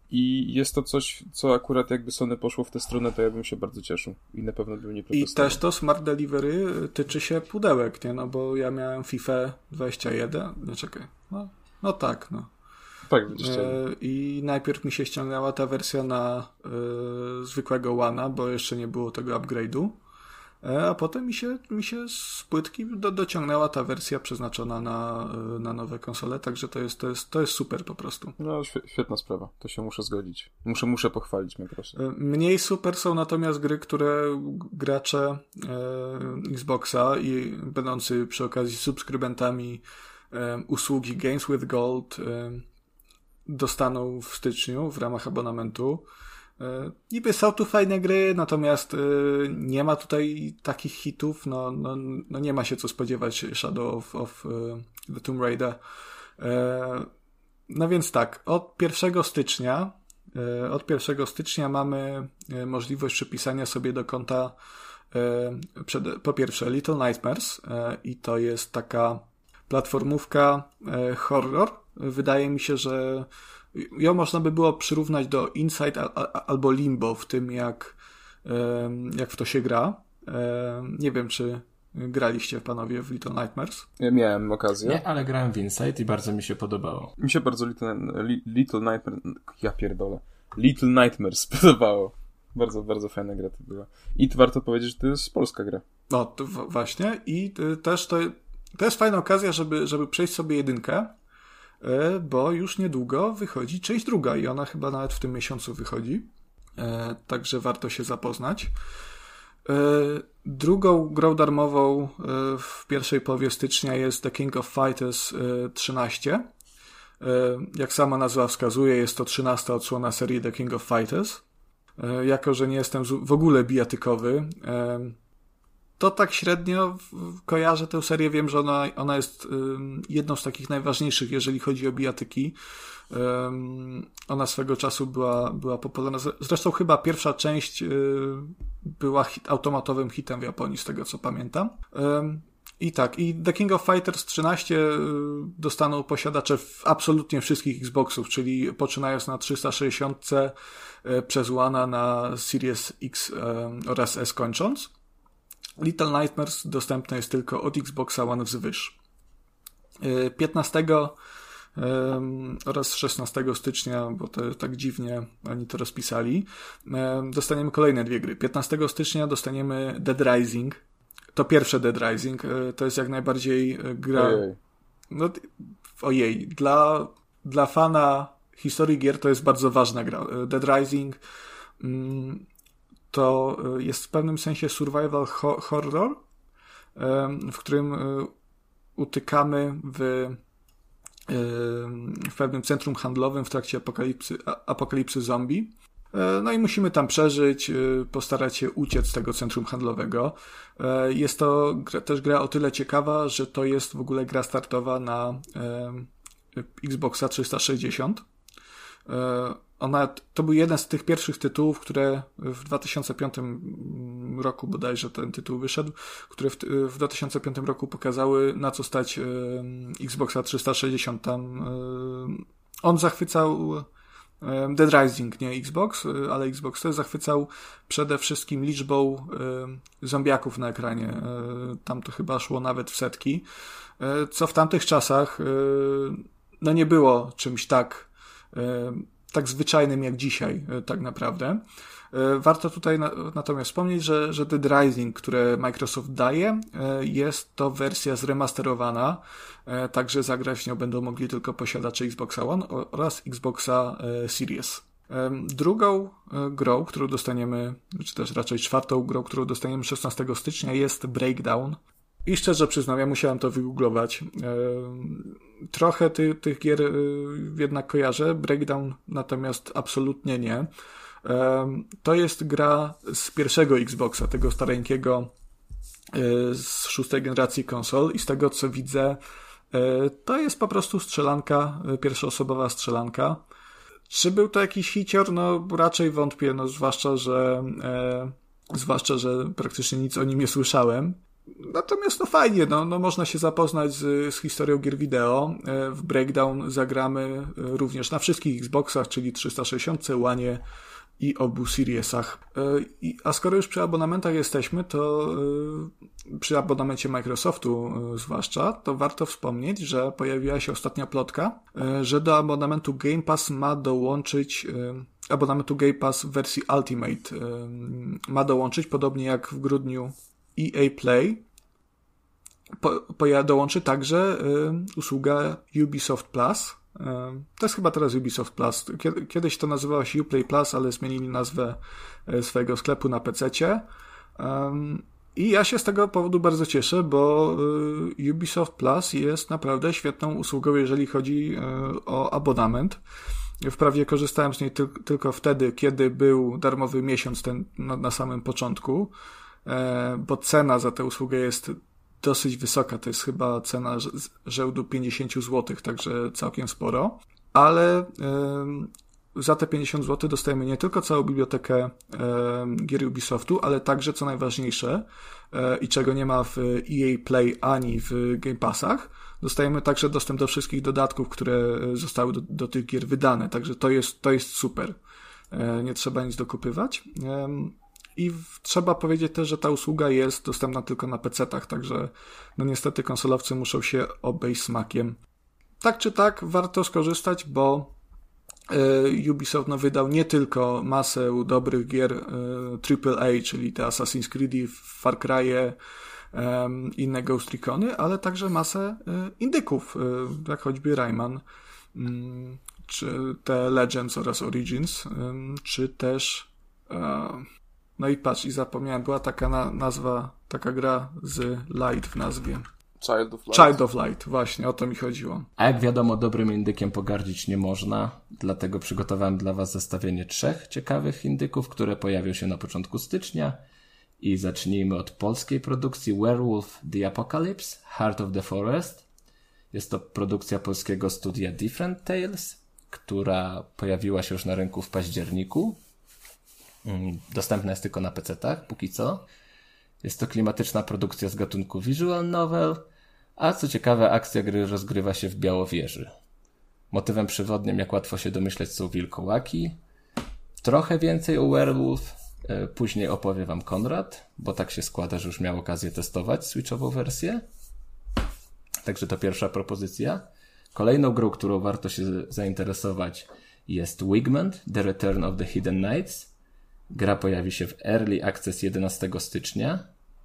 I jest to coś, co akurat jakby Sony poszło w tę stronę, to ja bym się bardzo cieszył i na pewno bym nie protestował. I też to Smart Delivery tyczy się pudełek, nie? No bo ja miałem FIFA dwadzieścia jeden, no czekaj, no, no tak, no. Tak, dwadzieścia jeden. E, I najpierw mi się ściągnęła ta wersja na e, zwykłego One'a, bo jeszcze nie było tego upgrade'u. A potem mi się, mi się z płytki do, dociągnęła ta wersja przeznaczona na, na nowe konsole, także to jest, to, jest, to jest super po prostu. No, świetna sprawa, to się muszę zgodzić. Muszę, muszę pochwalić Microsoft. Mniej super są natomiast gry, które gracze e, Xboxa i będący przy okazji subskrybentami e, usługi Games with Gold e, dostaną w styczniu w ramach abonamentu. Niby są tu fajne gry, natomiast y, nie ma tutaj takich hitów, no, no, no nie ma się co spodziewać Shadow of, of y, the Tomb Raider. Y, no więc tak, od pierwszego stycznia y, od pierwszego stycznia mamy y, możliwość przypisania sobie do konta y, przed, po pierwsze Little Nightmares y, i to jest taka platformówka y, horror. Wydaje mi się, że ją można by było przyrównać do Inside a, a, albo Limbo w tym, jak, jak w to się gra. Nie wiem, czy graliście panowie w Little Nightmares? Ja miałem okazję. Nie, ale grałem w Inside i bardzo mi się podobało. Mi się bardzo Little, Little Nightmares... Ja pierdolę. Little Nightmares podobało. Bardzo, bardzo fajna gra to była. I warto powiedzieć, że to jest polska gra. No, to w- właśnie. I też to, to jest fajna okazja, żeby, żeby przejść sobie jedynkę, bo już niedługo wychodzi część druga i ona chyba nawet w tym miesiącu wychodzi. Także warto się zapoznać. Drugą grą darmową w pierwszej połowie stycznia jest The King of Fighters trzynaście. Jak sama nazwa wskazuje, jest to trzynasta odsłona serii The King of Fighters. Jako że nie jestem w ogóle bijatykowy, to tak średnio kojarzę tę serię. Wiem, że ona, ona jest jedną z takich najważniejszych, jeżeli chodzi o bijatyki. Ona swego czasu była, była popularna. Zresztą chyba pierwsza część była hit, automatowym hitem w Japonii, z tego co pamiętam. I tak, i The King of Fighters trzynaście dostaną posiadacze w absolutnie wszystkich Xboxów, czyli poczynając na trzysta sześćdziesiąt przez One'a na Series X oraz S kończąc. Little Nightmares dostępne jest tylko od Xboxa One wzwyż. piętnastego oraz szesnastego stycznia, bo to tak dziwnie oni to rozpisali, dostaniemy kolejne dwie gry. piętnastego stycznia dostaniemy Dead Rising. To pierwsze Dead Rising. To jest jak najbardziej gra... Ojej. No, ojej. Dla, dla fana historii gier to jest bardzo ważna gra. Dead Rising to jest w pewnym sensie survival horror, w którym utykamy w, w pewnym centrum handlowym w trakcie apokalipsy, apokalipsy zombie. No i musimy tam przeżyć, postarać się uciec z tego centrum handlowego. Jest to też gra o tyle ciekawa, że to jest w ogóle gra startowa na Xboxa trzysta sześćdziesiąt. Ona, to był jeden z tych pierwszych tytułów, które w dwa tysiące piątym roku bodajże ten tytuł wyszedł, które w, w dwa tysiące piątym roku pokazały, na co stać Xboxa trzysta sześćdziesiąt. Tam on zachwycał Dead Rising, nie Xbox, ale Xbox też zachwycał przede wszystkim liczbą zombiaków na ekranie. Tam to chyba szło nawet w setki, co w tamtych czasach no nie było czymś tak tak zwyczajnym jak dzisiaj, tak naprawdę. Warto tutaj na, natomiast wspomnieć, że, że Dead Rising, które Microsoft daje, jest to wersja zremasterowana, także zagrać w nią będą mogli tylko posiadacze Xboxa One oraz Xboxa Series. Drugą grą, którą dostaniemy, czy też raczej czwartą grą, którą dostaniemy szesnastego stycznia jest Breakdown. I szczerze przyznam, ja musiałem to wygooglować. Trochę ty, tych gier jednak kojarzę, Breakdown natomiast absolutnie nie. To jest gra z pierwszego Xboxa, tego stareńkiego z szóstej generacji konsol i z tego co widzę, to jest po prostu strzelanka, pierwszoosobowa strzelanka. Czy był to jakiś hicior? No raczej wątpię, no zwłaszcza, że zwłaszcza, że praktycznie nic o nim nie słyszałem. Natomiast no fajnie, no, no można się zapoznać z, z historią gier wideo. W Breakdown zagramy również na wszystkich Xboxach, czyli trzysta sześćdziesiąt, One i obu Seriesach. A skoro już przy abonamentach jesteśmy, to przy abonamencie Microsoftu zwłaszcza, to warto wspomnieć, że pojawiła się ostatnia plotka, że do abonamentu Game Pass ma dołączyć abonamentu Game Pass w wersji Ultimate ma dołączyć, podobnie jak w grudniu E A Play, po, po, dołączy także usługa Ubisoft Plus. To jest chyba teraz Ubisoft Plus. Kiedyś to nazywało się Uplay Plus, ale zmienili nazwę swojego sklepu na pececie. I ja się z tego powodu bardzo cieszę, bo Ubisoft Plus jest naprawdę świetną usługą, jeżeli chodzi o abonament. Wprawdzie korzystałem z niej ty- tylko wtedy, kiedy był darmowy miesiąc ten na, na samym początku, bo cena za tę usługę jest dosyć wysoka, to jest chyba cena rzędu pięćdziesiąt złotych, także całkiem sporo, ale y, za te pięćdziesiąt złotych dostajemy nie tylko całą bibliotekę y, gier Ubisoftu, ale także, co najważniejsze y, i czego nie ma w E A Play ani w Game Passach, dostajemy także dostęp do wszystkich dodatków, które zostały do, do tych gier wydane, także to jest, to jest super. Y, nie trzeba nic dokupywać. Y, I w, trzeba powiedzieć też, że ta usługa jest dostępna tylko na pecetach, także no niestety konsolowcy muszą się obejść smakiem. Tak czy tak, warto skorzystać, bo y, Ubisoft no, wydał nie tylko masę dobrych gier y, triple A, czyli te Assassin's Creed, Far Cry'e, y, inne Ghost Recony, ale także masę y, indyków, y, jak choćby Rayman, y, czy te Legends oraz Origins, y, czy też... Y, No i patrz, i zapomniałem, była taka na, nazwa, taka gra z Light w nazwie. Child of Light. Child of Light, właśnie, o to mi chodziło. A jak wiadomo, dobrym indykiem pogardzić nie można, dlatego przygotowałem dla was zestawienie trzech ciekawych indyków, które pojawią się na początku stycznia. I zacznijmy od polskiej produkcji Werewolf the Apocalypse, Heart of the Forest. Jest to produkcja polskiego studia Different Tales, która pojawiła się już na rynku w październiku. Dostępna jest tylko na pecetach, póki co. Jest to klimatyczna produkcja z gatunku visual novel, a co ciekawe, akcja gry rozgrywa się w Białowieży. Motywem przewodnim, jak łatwo się domyśleć, są wilkołaki. Trochę więcej o Werewolf później opowie wam Konrad, bo tak się składa, że już miał okazję testować switchową wersję. Także to pierwsza propozycja. Kolejną grą, którą warto się zainteresować, jest Wigment, The Return of the Hidden Knights. Gra pojawi się w Early Access jedenastego stycznia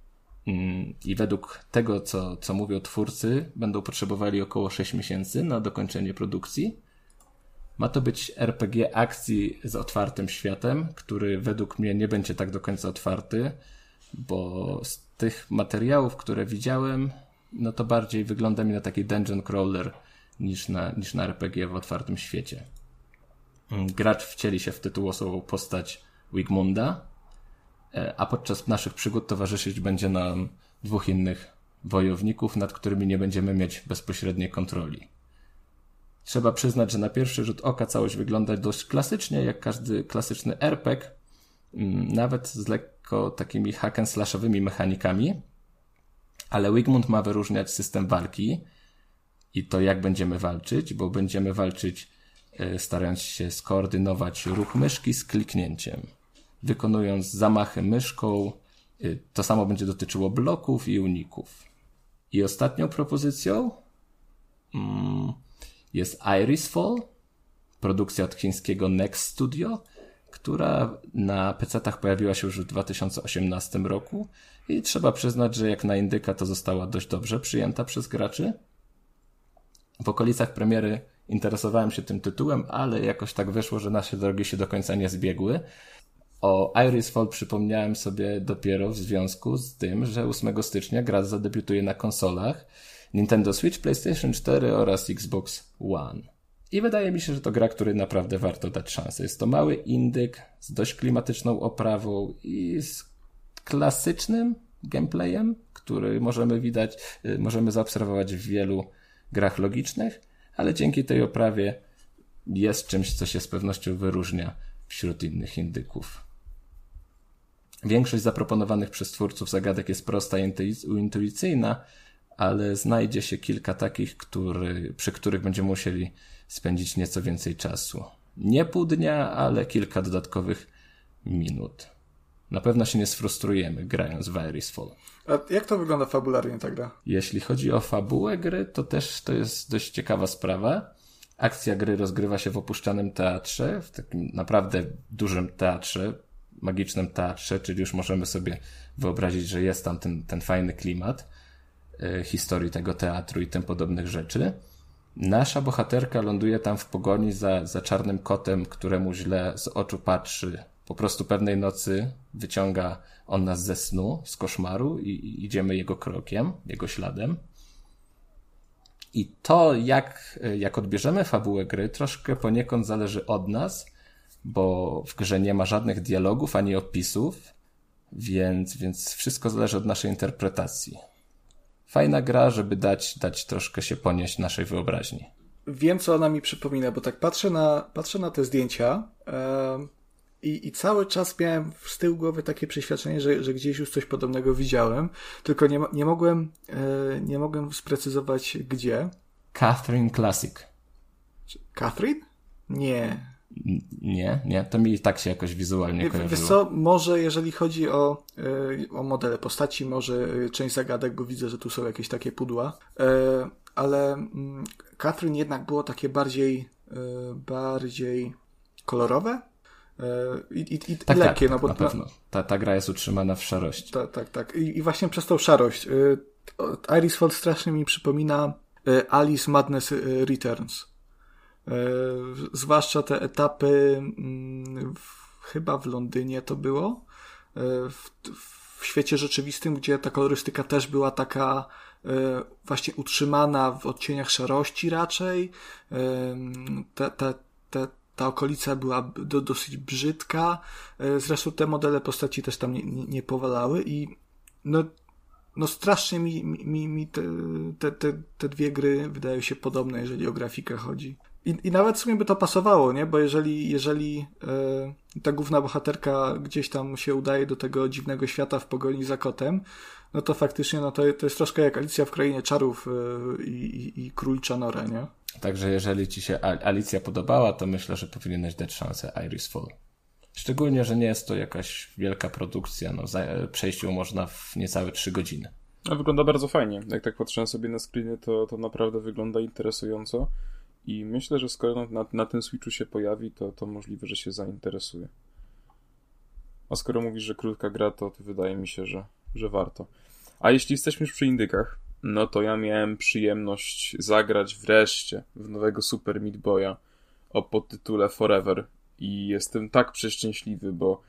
i według tego, co, co mówią twórcy, będą potrzebowali około sześć miesięcy na dokończenie produkcji. Ma to być R P G akcji z otwartym światem, który według mnie nie będzie tak do końca otwarty, bo z tych materiałów, które widziałem, no to bardziej wygląda mi na taki dungeon crawler niż na, niż na R P G w otwartym świecie. Gracz wcieli się w tytułową postać Wigmunda, a podczas naszych przygód towarzyszyć będzie nam dwóch innych wojowników, nad którymi nie będziemy mieć bezpośredniej kontroli. Trzeba przyznać, że na pierwszy rzut oka całość wygląda dość klasycznie, jak każdy klasyczny R P G, nawet z lekko takimi hack and slashowymi mechanikami, ale Wigmund ma wyróżniać system walki i to, jak będziemy walczyć, bo będziemy walczyć starając się skoordynować ruch myszki z kliknięciem. Wykonując zamachy myszką, to samo będzie dotyczyło bloków i uników. I ostatnią propozycją mm, jest Irisfall, produkcja od chińskiego Next Studio, która na pecetach pojawiła się już w dwa tysiące osiemnastym roku i trzeba przyznać, że jak na indyka to została dość dobrze przyjęta przez graczy. W okolicach premiery interesowałem się tym tytułem, ale jakoś tak wyszło, że nasze drogi się do końca nie zbiegły. O Irisfall przypomniałem sobie dopiero w związku z tym, że ósmego stycznia gra zadebiutuje na konsolach Nintendo Switch, PlayStation cztery oraz Xbox One. I wydaje mi się, że to gra, której naprawdę warto dać szansę. Jest to mały indyk z dość klimatyczną oprawą i z klasycznym gameplayem, który możemy widać, możemy zaobserwować w wielu grach logicznych, ale dzięki tej oprawie jest czymś, co się z pewnością wyróżnia wśród innych indyków. Większość zaproponowanych przez twórców zagadek jest prosta i intuicyjna, ale znajdzie się kilka takich, który, przy których będziemy musieli spędzić nieco więcej czasu. Nie pół dnia, ale kilka dodatkowych minut. Na pewno się nie sfrustrujemy grając w Iris Fall. A jak to wygląda fabularnie ta gra? Jeśli chodzi o fabułę gry, to też to jest dość ciekawa sprawa. Akcja gry rozgrywa się w opuszczanym teatrze, w takim naprawdę dużym teatrze, magicznym teatrze, czyli już możemy sobie wyobrazić, że jest tam ten, ten fajny klimat y, historii tego teatru i tym podobnych rzeczy. Nasza bohaterka ląduje tam w pogoni za, za czarnym kotem, któremu źle z oczu patrzy. Po prostu pewnej nocy wyciąga on nas ze snu, z koszmaru i, i idziemy jego krokiem, jego śladem. I to, jak, jak odbierzemy fabułę gry, troszkę poniekąd zależy od nas, bo w grze nie ma żadnych dialogów ani opisów, więc, więc wszystko zależy od naszej interpretacji. Fajna gra, żeby dać, dać troszkę się ponieść naszej wyobraźni. Wiem, co ona mi przypomina, bo tak patrzę na, patrzę na te zdjęcia yy, i, i cały czas miałem z tyłu głowy takie przeświadczenie, że, że gdzieś już coś podobnego widziałem, tylko nie, nie mogłem yy, nie mogłem sprecyzować gdzie. Catherine Classic. Catherine? Nie. Nie, nie, to mi tak się jakoś wizualnie kojarzyło. Wiesz co, może jeżeli chodzi o, yy, o modele postaci, może yy, część zagadek, bo widzę, że tu są jakieś takie pudła, yy, ale yy, Catherine jednak było takie bardziej yy, bardziej kolorowe yy, i, i, i tak, lekkie. Tak, no bo na pewno. Ta, ta gra jest utrzymana w szarości. Tak, tak, tak. I, i właśnie przez tą szarość. Yy, Iris Fall strasznie mi przypomina yy, Alice Madness Returns. Yy, zwłaszcza te etapy yy, w, chyba w Londynie to było yy, w, w świecie rzeczywistym, gdzie ta kolorystyka też była taka yy, właśnie utrzymana w odcieniach szarości raczej. Yy, te, te, te, ta okolica była do, dosyć brzydka, yy, zresztą te modele postaci też tam nie, nie, nie powalały i no No strasznie mi, mi, mi te, te, te, te dwie gry wydają się podobne, jeżeli o grafikę chodzi. I, i nawet w sumie by to pasowało, nie? Bo jeżeli, jeżeli e, ta główna bohaterka gdzieś tam się udaje do tego dziwnego świata w pogoni za kotem, no to faktycznie no to, to jest troszkę jak Alicja w Krainie Czarów e, i, i Król Chanora, nie? Także jeżeli ci się Alicja podobała, to myślę, że powinieneś dać szansę Iris Fall. Szczególnie, że nie jest to jakaś wielka produkcja, no przejść ją można w niecałe trzy godziny. No, wygląda bardzo fajnie. Jak tak patrzyłem sobie na screeny, to, to naprawdę wygląda interesująco i myślę, że skoro na, na tym Switchu się pojawi, to, to możliwe, że się zainteresuje. A skoro mówisz, że krótka gra, to, to wydaje mi się, że, że warto. A jeśli jesteśmy już przy indykach, no to ja miałem przyjemność zagrać wreszcie w nowego Super Meat Boya o podtytule Forever. I jestem tak przeszczęśliwy, bo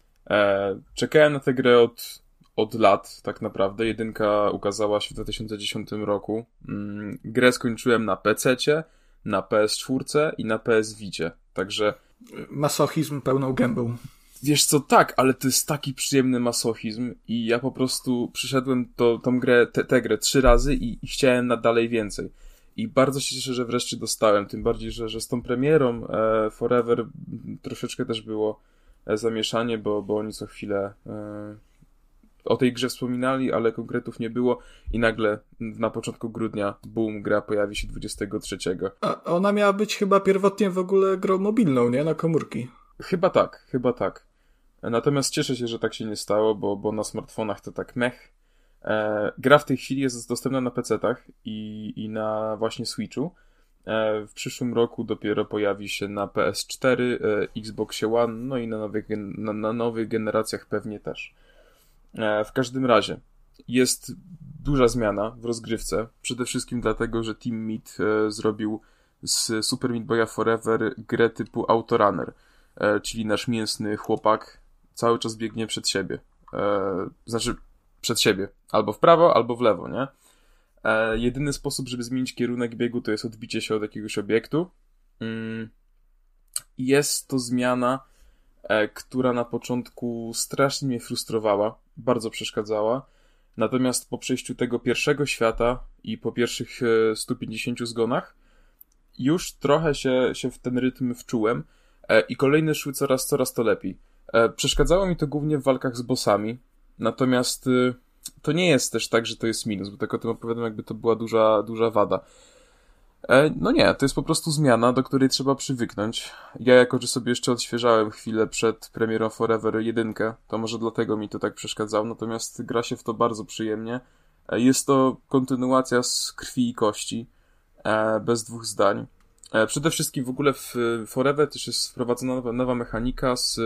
e, czekałem na tę grę od, od lat, tak naprawdę. Jedynka ukazała się w dwa tysiące dziesiątym roku. Mm, grę skończyłem na pececie, na P S cztery i na P S Vicie. Także... Masochizm pełną gębą. Wiesz co, tak, ale to jest taki przyjemny masochizm i ja po prostu przyszedłem to, tą grę, te, tę grę trzy razy i, i chciałem na dalej więcej. I bardzo się cieszę, że wreszcie dostałem, tym bardziej, że, że z tą premierą e, Forever troszeczkę też było e, zamieszanie, bo, bo oni co chwilę e, o tej grze wspominali, ale konkretów nie było i nagle na początku grudnia, boom, gra pojawi się dwudziestego trzeciego. A ona miała być chyba pierwotnie w ogóle grą mobilną, nie? Na komórki. Chyba tak, chyba tak. Natomiast cieszę się, że tak się nie stało, bo, bo na smartfonach to tak mech. E, gra w tej chwili jest dostępna na pecetach i, i na właśnie Switchu. E, w przyszłym roku dopiero pojawi się na P S cztery, e, Xboxie One, no i na nowych, na, na nowych generacjach pewnie też. E, w każdym razie jest duża zmiana w rozgrywce. Przede wszystkim dlatego, że Team Meat e, zrobił z Super Meat Boya Forever grę typu Autorunner, e, czyli nasz mięsny chłopak cały czas biegnie przed siebie. E, znaczy przed siebie. Albo w prawo, albo w lewo, nie? E, jedyny sposób, żeby zmienić kierunek biegu, to jest odbicie się od jakiegoś obiektu. Mm. Jest to zmiana, e, która na początku strasznie mnie frustrowała, bardzo przeszkadzała. Natomiast po przejściu tego pierwszego świata i po pierwszych e, stu pięćdziesięciu zgonach już trochę się, się w ten rytm wczułem e, i kolejne szły coraz, coraz to lepiej. E, przeszkadzało mi to głównie w walkach z bossami, natomiast y, to nie jest też tak, że to jest minus, bo tak o tym opowiadam, jakby to była duża, duża wada. E, no nie, to jest po prostu zmiana, do której trzeba przywyknąć. Ja jako, że sobie jeszcze odświeżałem chwilę przed premierą Forever jeden, to może dlatego mi to tak przeszkadzało, natomiast gra się w to bardzo przyjemnie. E, jest to kontynuacja z krwi i kości, e, bez dwóch zdań. E, przede wszystkim w ogóle w Forever też jest wprowadzona nowa, nowa mechanika z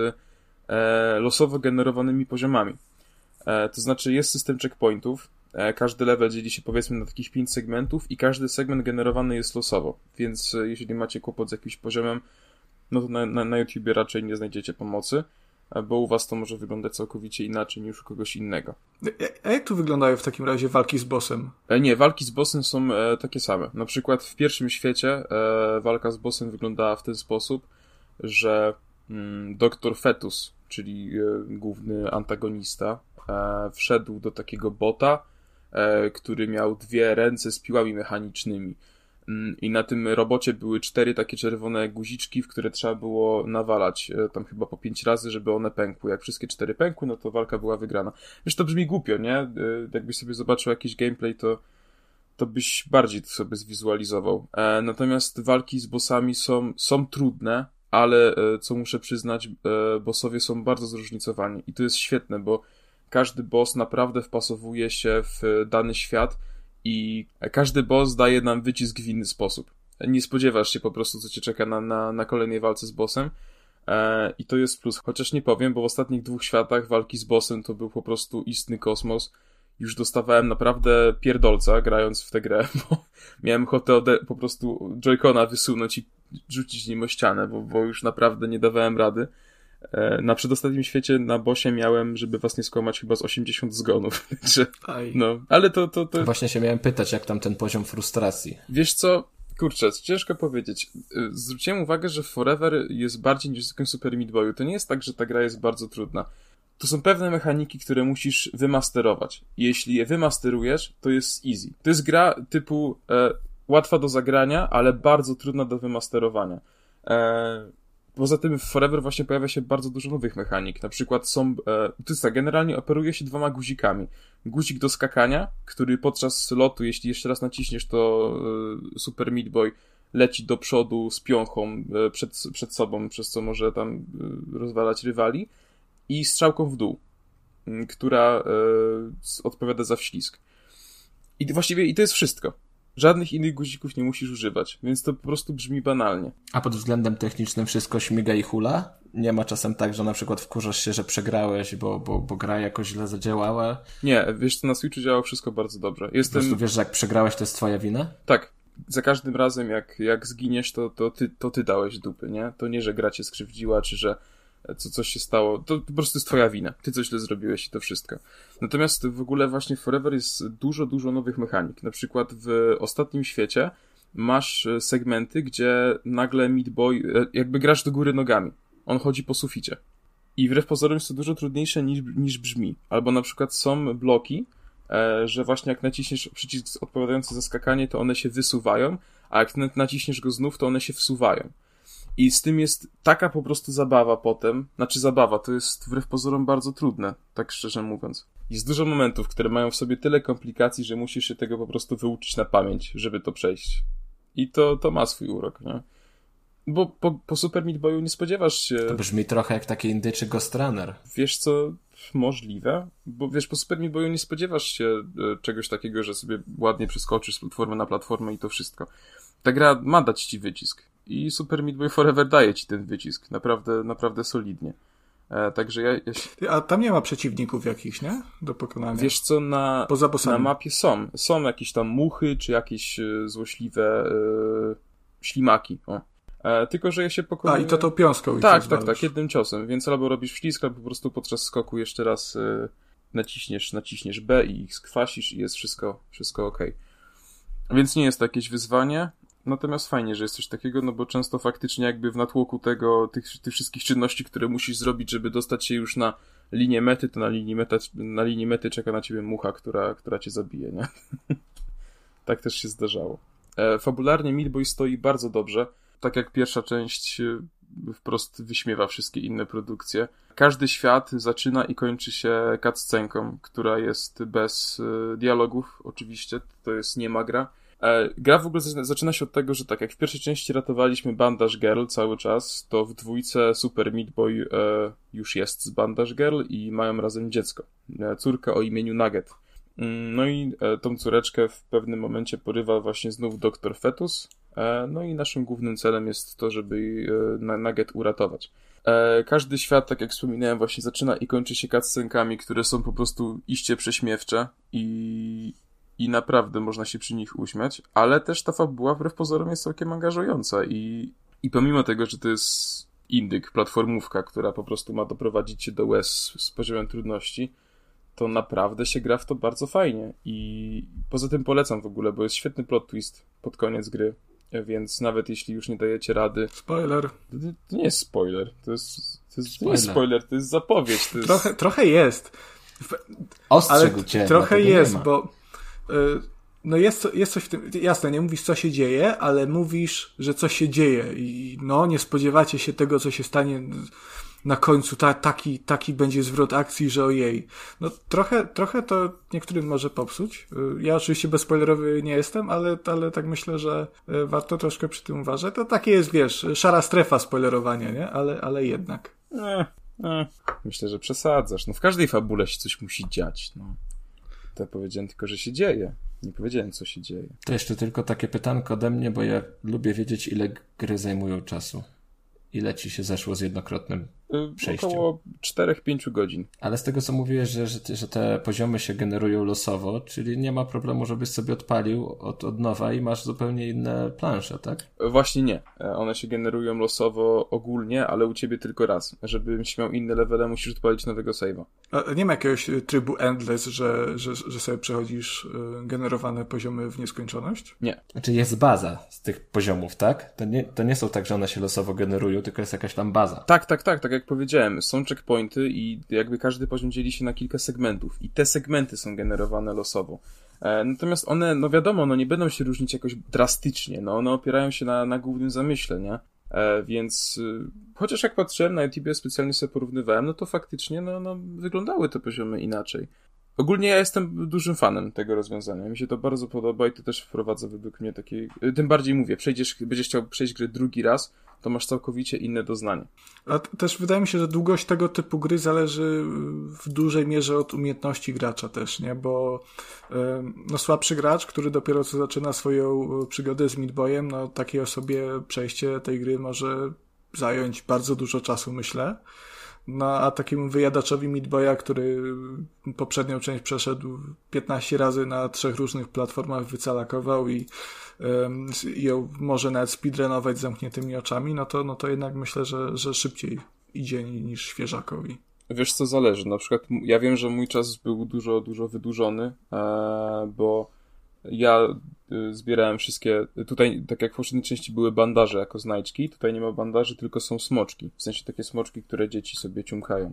e, losowo generowanymi poziomami. E, to znaczy jest system checkpointów. Każdy level dzieli się powiedzmy na takich pięć segmentów i każdy segment generowany jest losowo, więc jeśli macie kłopot z jakimś poziomem, no to na, na, na YouTubie raczej nie znajdziecie pomocy, bo u was to może wyglądać całkowicie inaczej niż u kogoś innego. A jak tu wyglądają w takim razie walki z bossem? Nie, walki z bossem są e, takie same. Na przykład w pierwszym świecie e, walka z bossem wyglądała w ten sposób, że mm, doktor Fetus, czyli e, główny antagonista, e, wszedł do takiego bota, który miał dwie ręce z piłami mechanicznymi. I na tym robocie były cztery takie czerwone guziczki, w które trzeba było nawalać tam chyba po pięć razy, żeby one pękły. Jak wszystkie cztery pękły, no to walka była wygrana. Wiesz, to brzmi głupio, nie? Jakbyś sobie zobaczył jakiś gameplay, to, to byś bardziej to sobie zwizualizował. Natomiast walki z bossami są, są trudne, ale co muszę przyznać, bossowie są bardzo zróżnicowani. I to jest świetne, bo każdy boss naprawdę wpasowuje się w dany świat i każdy boss daje nam wycisk w inny sposób. Nie spodziewasz się po prostu, co cię czeka na, na, na kolejnej walce z bossem e, i to jest plus. Chociaż nie powiem, bo w ostatnich dwóch światach walki z bossem to był po prostu istny kosmos. Już dostawałem naprawdę pierdolca grając w tę grę, bo miałem ochotę ode- po prostu Joy-Cona wysunąć i rzucić nim o ścianę, bo, bo już naprawdę nie dawałem rady. Na przedostatnim świecie na bossie miałem, żeby was nie skłamać, chyba z osiemdziesiąt zgonów. No, ale to, to, to... Właśnie się miałem pytać, jak tam ten poziom frustracji. Wiesz co? Kurczę, ciężko powiedzieć. Zwróciłem uwagę, że Forever jest bardziej niż zwykłym Super Meat Boyu. To nie jest tak, że ta gra jest bardzo trudna. To są pewne mechaniki, które musisz wymasterować. Jeśli je wymasterujesz, to jest easy. To jest gra typu e, łatwa do zagrania, ale bardzo trudna do wymasterowania. E, Poza tym w Forever właśnie pojawia się bardzo dużo nowych mechanik. Na przykład są... E, to jest tak, generalnie operuje się dwoma guzikami. Guzik do skakania, który podczas lotu, jeśli jeszcze raz naciśniesz, to e, Super Meat Boy leci do przodu z piąchą e, przed, przed sobą, przez co może tam e, rozwalać rywali. I strzałką w dół, m, która e, odpowiada za wślizg. I właściwie i to jest wszystko. Żadnych innych guzików nie musisz używać, więc to po prostu brzmi banalnie. A pod względem technicznym wszystko śmiga i hula? Nie ma czasem tak, że na przykład wkurzasz się, że przegrałeś, bo, bo, bo gra jakoś źle zadziałała? Nie, wiesz co, na Switchu działało wszystko bardzo dobrze. Jestem... Po prostu wiesz, że jak przegrałeś, to jest twoja wina? Tak. Za każdym razem, jak, jak zginiesz, to, to, ty, to ty dałeś dupy, nie? To nie, że gra cię skrzywdziła, czy że co coś się stało. To po prostu jest twoja wina. Ty coś źle zrobiłeś i to wszystko. Natomiast w ogóle właśnie w Forever jest dużo, dużo nowych mechanik. Na przykład w ostatnim świecie masz segmenty, gdzie nagle Meat Boy, jakby grasz do góry nogami. On chodzi po suficie. I wbrew pozorom jest to dużo trudniejsze niż, niż brzmi. Albo na przykład są bloki, e, że właśnie jak naciśniesz przycisk odpowiadający za skakanie, to one się wysuwają, a jak naciśniesz go znów, to one się wsuwają. I z tym jest taka po prostu zabawa potem. Znaczy zabawa, to jest wbrew pozorom bardzo trudne, tak szczerze mówiąc. Jest dużo momentów, które mają w sobie tyle komplikacji, że musisz się tego po prostu wyuczyć na pamięć, żeby to przejść. I to, to ma swój urok, nie? Bo po, po Super Meat Boyu nie spodziewasz się... To brzmi trochę jak taki indyczy Ghost Runner. Wiesz co, możliwe, bo wiesz, po Super Meat Boyu nie spodziewasz się e, czegoś takiego, że sobie ładnie przeskoczysz z platformy na platformę i to wszystko. Ta gra ma dać ci wycisk. I Super Meat Boy Forever daje ci ten wycisk. Naprawdę, naprawdę solidnie. E, także ja, ja się... A tam nie ma przeciwników jakichś, nie? Do pokonania. Wiesz co, na, Poza bossami. na mapie są. Są jakieś tam muchy, czy jakieś e, złośliwe e, ślimaki. O. E, tylko, że ja się pokonuję... A, i to tą piąską. Tak, tak, tak, tak, jednym ciosem. Więc albo robisz wślizg, albo po prostu podczas skoku jeszcze raz e, naciśniesz, naciśniesz B i ich skwasisz i jest wszystko, wszystko okej. Więc nie jest to jakieś wyzwanie. Natomiast fajnie, że jest coś takiego, no bo często faktycznie jakby w natłoku tego, tych, tych wszystkich czynności, które musisz zrobić, żeby dostać się już na linię mety, to na linii mety, na linii mety czeka na ciebie mucha, która, która cię zabije, nie? Tak też się zdarzało. E, fabularnie Meat Boy stoi bardzo dobrze. Tak jak pierwsza część wprost wyśmiewa wszystkie inne produkcje. Każdy świat zaczyna i kończy się cutscenką, która jest bez y, dialogów, oczywiście, to jest niema gra. E, gra w ogóle zaczyna się od tego, że tak jak w pierwszej części ratowaliśmy Bandage Girl cały czas, to w dwójce Super Meat Boy e, już jest z Bandage Girl i mają razem dziecko, e, córkę o imieniu Nugget. No i e, tą córeczkę w pewnym momencie porywa właśnie znów doktor Fetus. E, no i naszym głównym celem jest to, żeby e, Nugget uratować. E, każdy świat, tak jak wspominałem, właśnie zaczyna i kończy się cutscenkami, które są po prostu iście prześmiewcze i, i naprawdę można się przy nich uśmiać, ale też ta fabuła wbrew pozorom jest całkiem angażująca i, i pomimo tego, że to jest indyk, platformówka, która po prostu ma doprowadzić cię do łez z poziomem trudności, to naprawdę się gra w to bardzo fajnie i poza tym polecam w ogóle, bo jest świetny plot twist pod koniec gry, więc nawet jeśli już nie dajecie rady... Spoiler. To, to nie jest spoiler, to jest, to jest to nie jest spoiler, to jest zapowiedź. To jest... Trochę, trochę jest. Ostrzegł cię. Trochę jest, bo y, no jest, jest coś w tym, jasne, nie mówisz co się dzieje, ale mówisz, że coś się dzieje i no nie spodziewacie się tego, co się stanie na końcu, ta, taki, taki będzie zwrot akcji, że ojej. No trochę, trochę to niektórym może popsuć. Ja oczywiście bezspoilerowy nie jestem, ale, ale tak myślę, że warto troszkę przy tym uważać. To takie jest, wiesz, szara strefa spoilerowania, nie? Ale, ale jednak. Eh, eh. Myślę, że przesadzasz. No w każdej fabule się coś musi dziać. No. To powiedziałem tylko, że się dzieje. Nie powiedziałem, co się dzieje. To jeszcze tylko takie pytanko ode mnie, bo ja lubię wiedzieć, ile gry zajmują czasu. Ile ci się zeszło z jednokrotnym przejściem? Około cztery do pięciu godzin. Ale z tego, co mówiłeś, że, że, że te poziomy się generują losowo, czyli nie ma problemu, żebyś sobie odpalił od, od nowa i masz zupełnie inne plansze, tak? Właśnie nie. One się generują losowo ogólnie, ale u ciebie tylko raz. Żebyś miał inne levele, musisz odpalić nowego save'a. A nie ma jakiegoś trybu endless, że, że, że sobie przechodzisz generowane poziomy w nieskończoność? Nie. Znaczy jest baza z tych poziomów, tak? To nie, to nie są tak, że one się losowo generują, tylko jest jakaś tam baza. Tak, tak, tak. Tak jak powiedziałem, są checkpointy i jakby każdy poziom dzieli się na kilka segmentów. I te segmenty są generowane losowo. E, natomiast one, no wiadomo, no nie będą się różnić jakoś drastycznie. No one opierają się na, na głównym zamyśle, nie? E, więc y, chociaż jak patrzyłem na YouTube, specjalnie sobie porównywałem, no to faktycznie no, no, wyglądały te poziomy inaczej. Ogólnie ja jestem dużym fanem tego rozwiązania. Mi się to bardzo podoba i to też wprowadza według mnie takiej... Tym bardziej mówię, przejdziesz, będziesz chciał przejść grę drugi raz, to masz całkowicie inne doznanie. A też wydaje mi się, że długość tego typu gry zależy w dużej mierze od umiejętności gracza też, nie? Bo no słabszy gracz, który dopiero co zaczyna swoją przygodę z Meat Boyem, no takiej osobie przejście tej gry może zająć bardzo dużo czasu, myślę. No a takiemu wyjadaczowi Meat Boya, który poprzednią część przeszedł piętnaście razy na trzech różnych platformach, wycalakował i, um, i ją może nawet speedrunować z zamkniętymi oczami, no to, no to jednak myślę, że, że szybciej idzie niż świeżakowi. Wiesz co, zależy. Na przykład ja wiem, że mój czas był dużo, dużo wydłużony, e, bo ja zbierałem wszystkie... Tutaj, tak jak w poprzedniej części były bandaże jako znajdźki, tutaj nie ma bandaży, tylko są smoczki. W sensie takie smoczki, które dzieci sobie ciumkają.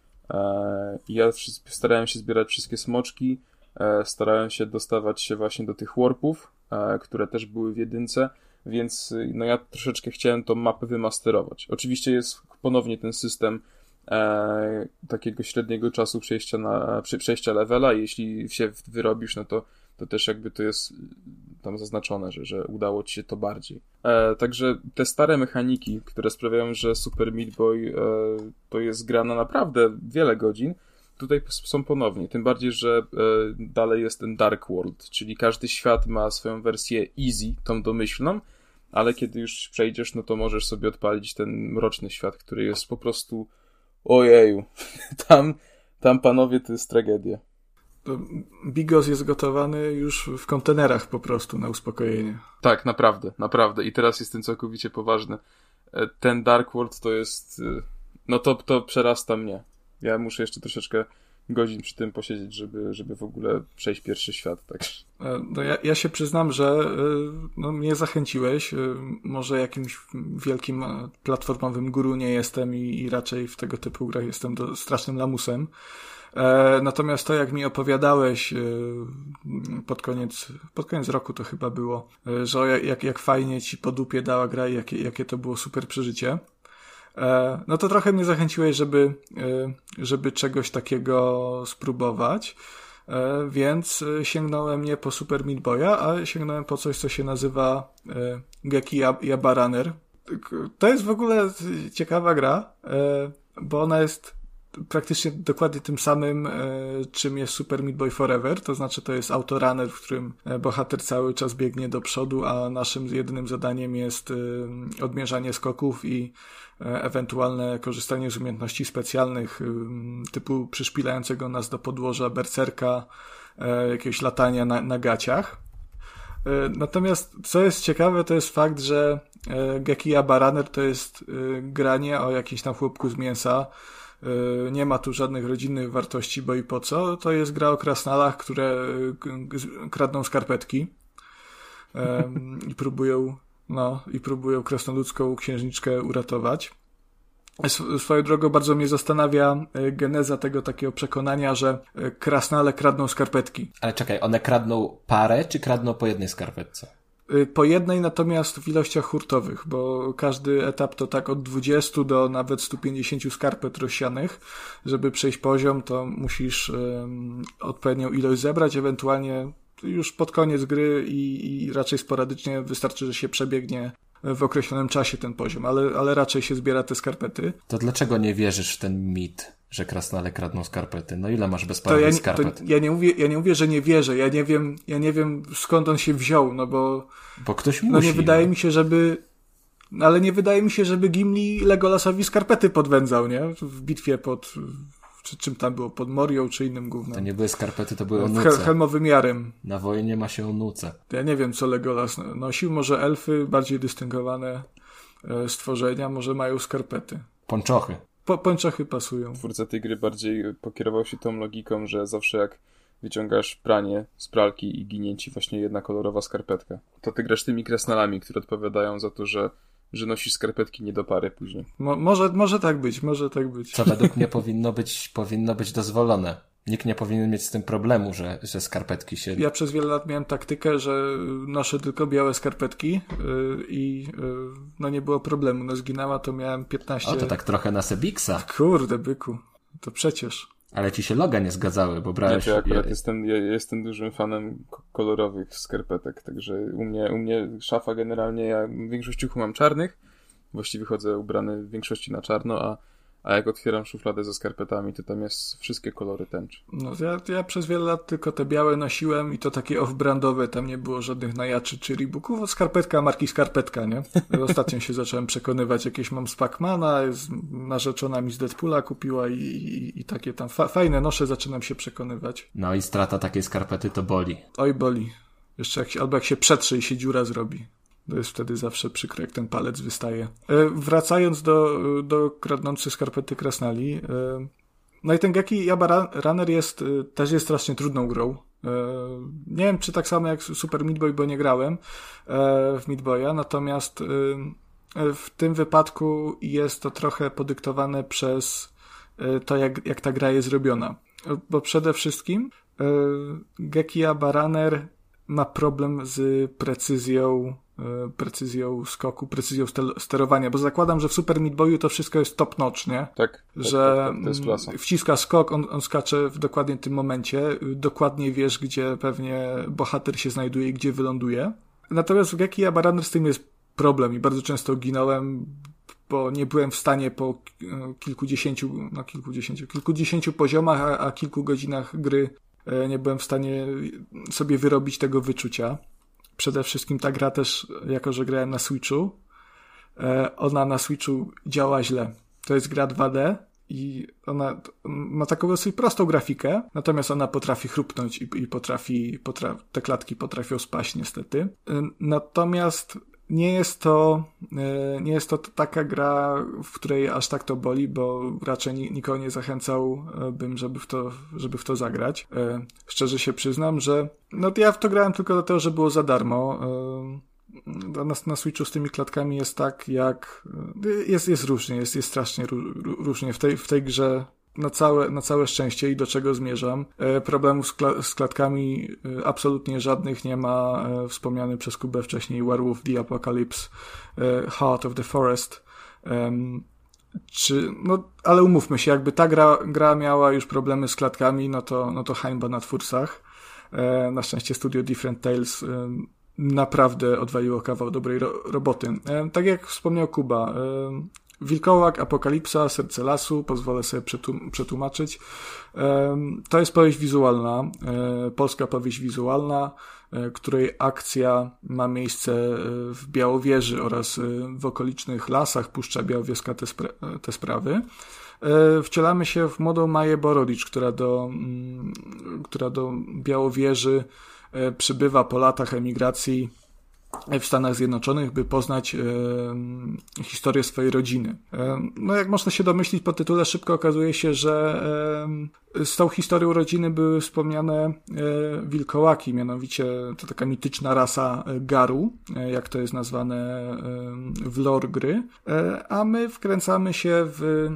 E, ja starałem się zbierać wszystkie smoczki, e, starałem się dostawać się właśnie do tych warpów, e, które też były w jedynce, więc no ja troszeczkę chciałem tą mapę wymasterować. Oczywiście jest ponownie ten system e, takiego średniego czasu przejścia, na, przejścia levela i jeśli się wyrobisz, no to to też jakby to jest tam zaznaczone, że, że udało ci się to bardziej. E, także te stare mechaniki, które sprawiają, że Super Meat Boy e, to jest gra na naprawdę wiele godzin, tutaj są ponownie. Tym bardziej, że e, dalej jest ten Dark World, czyli każdy świat ma swoją wersję easy, tą domyślną, ale kiedy już przejdziesz, no to możesz sobie odpalić ten mroczny świat, który jest po prostu ojeju. tam, tam panowie to jest tragedia. Bigos jest gotowany już w kontenerach po prostu na uspokojenie. Tak, naprawdę, naprawdę. I teraz jestem całkowicie poważny. Ten Dark World to jest... No to, to przerasta mnie. Ja muszę jeszcze troszeczkę godzin przy tym posiedzieć, żeby, żeby w ogóle przejść pierwszy świat. Tak. No ja, ja się przyznam, że no, mnie zachęciłeś. Może jakimś wielkim platformowym guru nie jestem i, i raczej w tego typu grach jestem do, strasznym lamusem. Natomiast to, jak mi opowiadałeś pod koniec, pod koniec roku to chyba było, że jak, jak fajnie ci po dupie dała gra i jakie, jakie to było super przeżycie, No to trochę mnie zachęciłeś, żeby, żeby czegoś takiego spróbować, więc sięgnąłem nie po Super Meat Boya, a sięgnąłem po coś, co się nazywa Geki Yaba Runner. To jest w ogóle ciekawa gra, bo ona jest praktycznie dokładnie tym samym, czym jest Super Meat Boy Forever, to znaczy to jest autorunner, w którym bohater cały czas biegnie do przodu, a naszym jedynym zadaniem jest odmierzanie skoków i ewentualne korzystanie z umiejętności specjalnych typu przyszpilającego nas do podłoża berserka, jakiegoś latania na, na gaciach. Natomiast co jest ciekawe, to jest fakt, że Geki Yaba Runner to jest granie o jakimś tam chłopku z mięsa. Nie ma tu żadnych rodzinnych wartości, bo i po co. To jest gra o krasnalach, które kradną skarpetki i próbują, no, i próbują krasnoludzką księżniczkę uratować. Swoją drogą bardzo mnie zastanawia geneza tego takiego przekonania, że krasnale kradną skarpetki. Ale czekaj, one kradną parę, czy kradną po jednej skarpetce? Po jednej, natomiast w ilościach hurtowych, bo każdy etap to tak od dwudziestu do nawet stu pięćdziesięciu skarpet rozsianych. Żeby przejść poziom, to musisz um, odpowiednią ilość zebrać, ewentualnie już pod koniec gry i, i raczej sporadycznie wystarczy, że się przebiegnie w określonym czasie ten poziom, ale, ale raczej się zbiera te skarpety. To dlaczego nie wierzysz w ten mit, że krasnale kradną skarpety? No ile masz bezpłatnych ja, skarpet? To ja nie mówię, ja nie mówię, że nie wierzę. Ja nie wiem, ja nie wiem skąd on się wziął, no bo... Bo ktoś musi. No nie wydaje no. mi się, żeby... Ale nie wydaje mi się, żeby Gimli Legolasowi skarpety podwędzał, nie? W bitwie pod... Czy czym tam było? Pod Morią, czy innym gównem? To nie były skarpety, to były onuce. Hel- helmowym jarem. Na wojnie ma się onuce. Ja nie wiem, co Legolas nosił. Może elfy, bardziej dystyngowane stworzenia, może mają skarpety. Pończochy. Po, pończochy pasują. Twórca tej gry bardziej pokierował się tą logiką, że zawsze jak wyciągasz pranie z pralki i ginie ci właśnie jedna kolorowa skarpetka, to ty grasz tymi krasnalami, które odpowiadają za to, że że nosisz skarpetki nie do pary później. Mo- może, może tak być, może tak być. Co według mnie powinno być, powinno być dozwolone. Nikt nie powinien mieć z tym problemu, że, że skarpetki się... Ja przez wiele lat miałem taktykę, że noszę tylko białe skarpetki yy, i yy, no nie było problemu. No zginęła, to miałem piętnaście... O, to tak trochę na Sebiksa. Kurde, byku. To przecież... Ale ci się loga nie zgadzały, bo brałeś... Ja akurat ja... jestem, ja jestem dużym fanem kolorowych skarpetek, także u mnie, u mnie szafa generalnie, ja większość ciuchów mam czarnych, właściwie chodzę ubrany w większości na czarno, a, a jak otwieram szufladę ze skarpetami, to tam jest wszystkie kolory tęczy. No ja, ja przez wiele lat tylko te białe nosiłem i to takie off-brandowe, tam nie było żadnych najaczy czy Reeboków, skarpetka marki Skarpetka, nie? Ostatnio się zacząłem przekonywać, jakieś mam z Pacmana, z narzeczona mi z Deadpoola kupiła i, i, i takie tam fa- fajne nosze, zaczynam się przekonywać. No i strata takiej skarpety to boli. Oj, boli. Jeszcze jak się, albo jak się przetrze i się dziura zrobi. To jest wtedy zawsze przykre, jak ten palec wystaje. E, wracając do, do kradnących skarpety krasnali. E, no i ten Geki Yaba Runner jest, e, też jest strasznie trudną grą. E, nie wiem, czy tak samo jak Super Meat Boy, bo nie grałem e, w Meat Boya, natomiast e, w tym wypadku jest to trochę podyktowane przez e, to, jak, jak ta gra jest zrobiona. E, bo przede wszystkim e, Geki Yaba Runner ma problem z precyzją precyzją skoku, precyzją sterowania, bo zakładam, że w Super Meat Boyu to wszystko jest top notch, nie? Tak, że tak, tak, to jest klasa. Wciska skok, on, on skacze w dokładnie tym momencie, dokładnie wiesz, gdzie pewnie bohater się znajduje i gdzie wyląduje. Natomiast w Geki Yaba Runner z tym jest problem i bardzo często ginąłem, bo nie byłem w stanie po kilkudziesięciu, no kilkudziesięciu, kilkudziesięciu poziomach, a, a kilku godzinach gry nie byłem w stanie sobie wyrobić tego wyczucia. Przede wszystkim ta gra też, jako że grałem na Switchu, ona na Switchu działa źle. To jest gra dwa D i ona ma taką dosyć prostą grafikę, natomiast ona potrafi chrupnąć i, i potrafi, potrafi, te klatki potrafią spaść niestety. Natomiast nie jest to, nie jest to taka gra, w której aż tak to boli, bo raczej nikogo nie zachęcałbym, żeby w to, żeby w to zagrać. Szczerze się przyznam, że no ja w to grałem tylko dlatego, że było za darmo. Na, na Switchu z tymi klatkami jest tak, jak jest, jest różnie, jest, jest strasznie różnie. W tej, w tej grze na całe, na całe szczęście i do czego zmierzam. E, problemów z, kla- z klatkami e, absolutnie żadnych nie ma. E, wspomniany przez Kubę wcześniej Werewolf the Apocalypse, e, Heart of the Forest. E, Czy, no, ale umówmy się, jakby ta gra, gra miała już problemy z klatkami, no to, no to hańba na twórcach. E, na szczęście studio Different Tales e, naprawdę odwaliło kawał dobrej ro, roboty. E, tak jak wspomniał Kuba, e, Wilkołak, Apokalipsa, Serce Lasu, pozwolę sobie przetłum- przetłumaczyć. E, to jest powieść wizualna, e, polska powieść wizualna, e, której akcja ma miejsce w Białowieży oraz w okolicznych lasach Puszcza Białowieska, te, spra- te sprawy. E, wcielamy się w młodą Maję Borodicz, która do, m, która do Białowieży e, przybywa po latach emigracji w Stanach Zjednoczonych, by poznać e, historię swojej rodziny. E, no jak można się domyślić po tytule, szybko okazuje się, że e, z tą historią rodziny były wspomniane e, wilkołaki, mianowicie to taka mityczna rasa garu, e, jak to jest nazwane e, w lore gry, e, a my wkręcamy się w,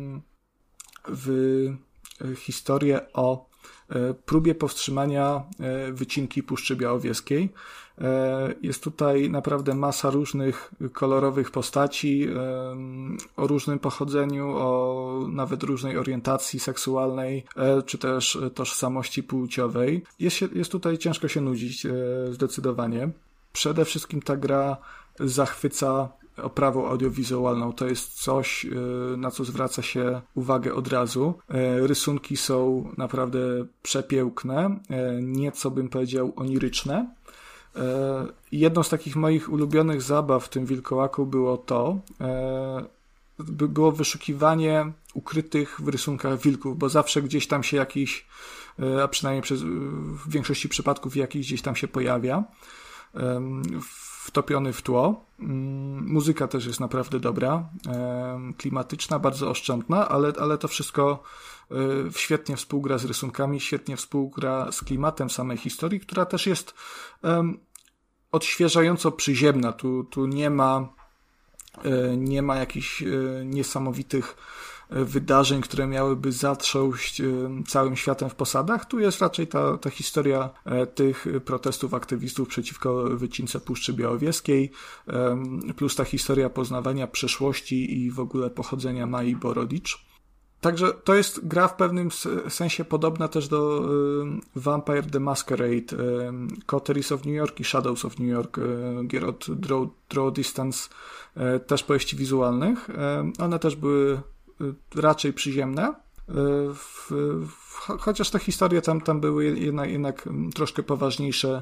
w historię o próbie powstrzymania wycinki Puszczy Białowieskiej. Jest tutaj naprawdę masa różnych kolorowych postaci o różnym pochodzeniu, o nawet różnej orientacji seksualnej, czy też tożsamości płciowej. Jest, się, jest tutaj ciężko się nudzić, zdecydowanie. Przede wszystkim ta gra zachwyca oprawą audiowizualną. To jest coś, na co zwraca się uwagę od razu. Rysunki są naprawdę przepiękne, nieco bym powiedział oniryczne. Jedną z takich moich ulubionych zabaw w tym Wilkołaku było to, było wyszukiwanie ukrytych w rysunkach wilków, bo zawsze gdzieś tam się jakiś, a przynajmniej przez, w większości przypadków jakiś gdzieś tam się pojawia, wtopiony w tło. Muzyka też jest naprawdę dobra, klimatyczna, bardzo oszczędna, ale, ale to wszystko świetnie współgra z rysunkami, świetnie współgra z klimatem samej historii, która też jest odświeżająco przyziemna. Tu, tu nie ma nie ma jakichś niesamowitych wydarzeń, które miałyby zatrząść całym światem w posadach. Tu jest raczej ta, ta historia tych protestów aktywistów przeciwko wycince Puszczy Białowieskiej, plus ta historia poznawania przeszłości i w ogóle pochodzenia Mai Borodicz. Także to jest gra w pewnym sensie podobna też do y, Vampire the Masquerade, y, Coteries of New York i Shadows of New York, y, gier od Draw, Draw Distance, y, też powieści wizualnych. Y, one też były y, raczej przyziemne, y, w, w, chociaż te historie tam, tam były jednak, jednak troszkę poważniejsze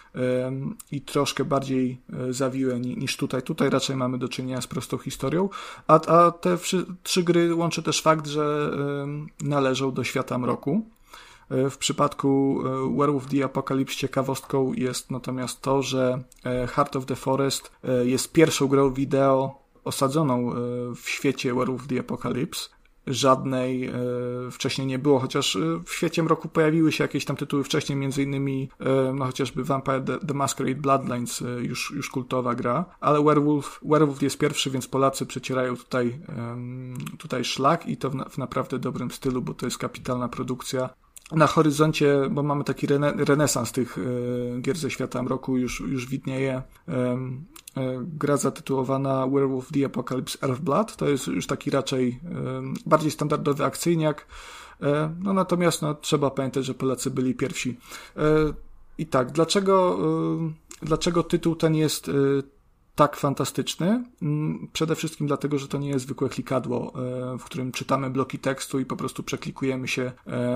i troszkę bardziej zawiłe niż tutaj. Tutaj raczej mamy do czynienia z prostą historią, a, a te wszy, trzy gry łączy też fakt, że należą do świata mroku. W przypadku Werewolf the Apocalypse ciekawostką jest natomiast to, że Heart of the Forest jest pierwszą grą wideo osadzoną w świecie Werewolf the Apocalypse. Żadnej e, wcześniej nie było, chociaż w świecie mroku pojawiły się jakieś tam tytuły wcześniej, między innymi e, no chociażby Vampire the, the Masquerade Bloodlines, e, już, już kultowa gra, ale Werewolf, Werewolf jest pierwszy, więc Polacy przecierają tutaj, e, tutaj szlak i to w, na, w naprawdę dobrym stylu, bo to jest kapitalna produkcja. Na horyzoncie, bo mamy taki rene, renesans tych e, gier ze świata mroku, już, już widnieje e, e, gra zatytułowana Werewolf the Apocalypse Earthblood. To jest już taki raczej e, bardziej standardowy akcyjniak. E, no natomiast no, trzeba pamiętać, że Polacy byli pierwsi. E, I tak, dlaczego, e, dlaczego tytuł ten jest e, tak fantastyczny? Przede wszystkim dlatego, że to nie jest zwykłe klikadło, w którym czytamy bloki tekstu i po prostu przeklikujemy się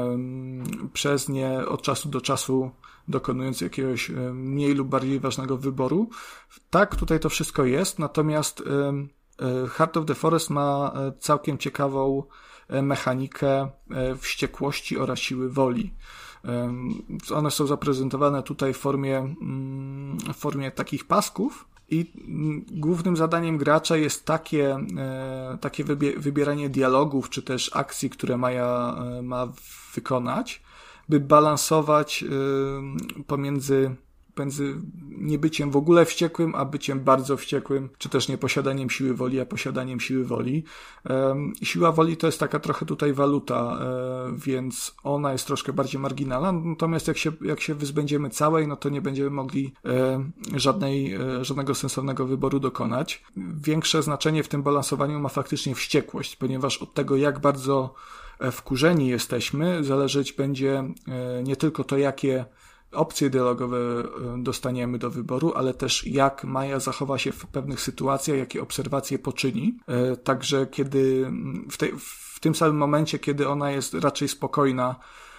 przez nie od czasu do czasu, dokonując jakiegoś mniej lub bardziej ważnego wyboru. Tak, tutaj to wszystko jest, natomiast Heart of the Forest ma całkiem ciekawą mechanikę wściekłości oraz siły woli. One są zaprezentowane tutaj w formie, w formie takich pasków, i głównym zadaniem gracza jest takie, takie wybieranie dialogów, czy też akcji, które Maja ma wykonać, by balansować pomiędzy między niebyciem w ogóle wściekłym, a byciem bardzo wściekłym, czy też nieposiadaniem siły woli, a posiadaniem siły woli. Siła woli to jest taka trochę tutaj waluta, więc ona jest troszkę bardziej marginalna, natomiast jak się, jak się wyzbędziemy całej, no to nie będziemy mogli żadnej, żadnego sensownego wyboru dokonać. Większe znaczenie w tym balansowaniu ma faktycznie wściekłość, ponieważ od tego, jak bardzo wkurzeni jesteśmy, zależeć będzie nie tylko to, jakie opcje dialogowe dostaniemy do wyboru, ale też jak Maja zachowa się w pewnych sytuacjach, jakie obserwacje poczyni. Także kiedy w, tej, w tym samym momencie, kiedy ona jest raczej spokojna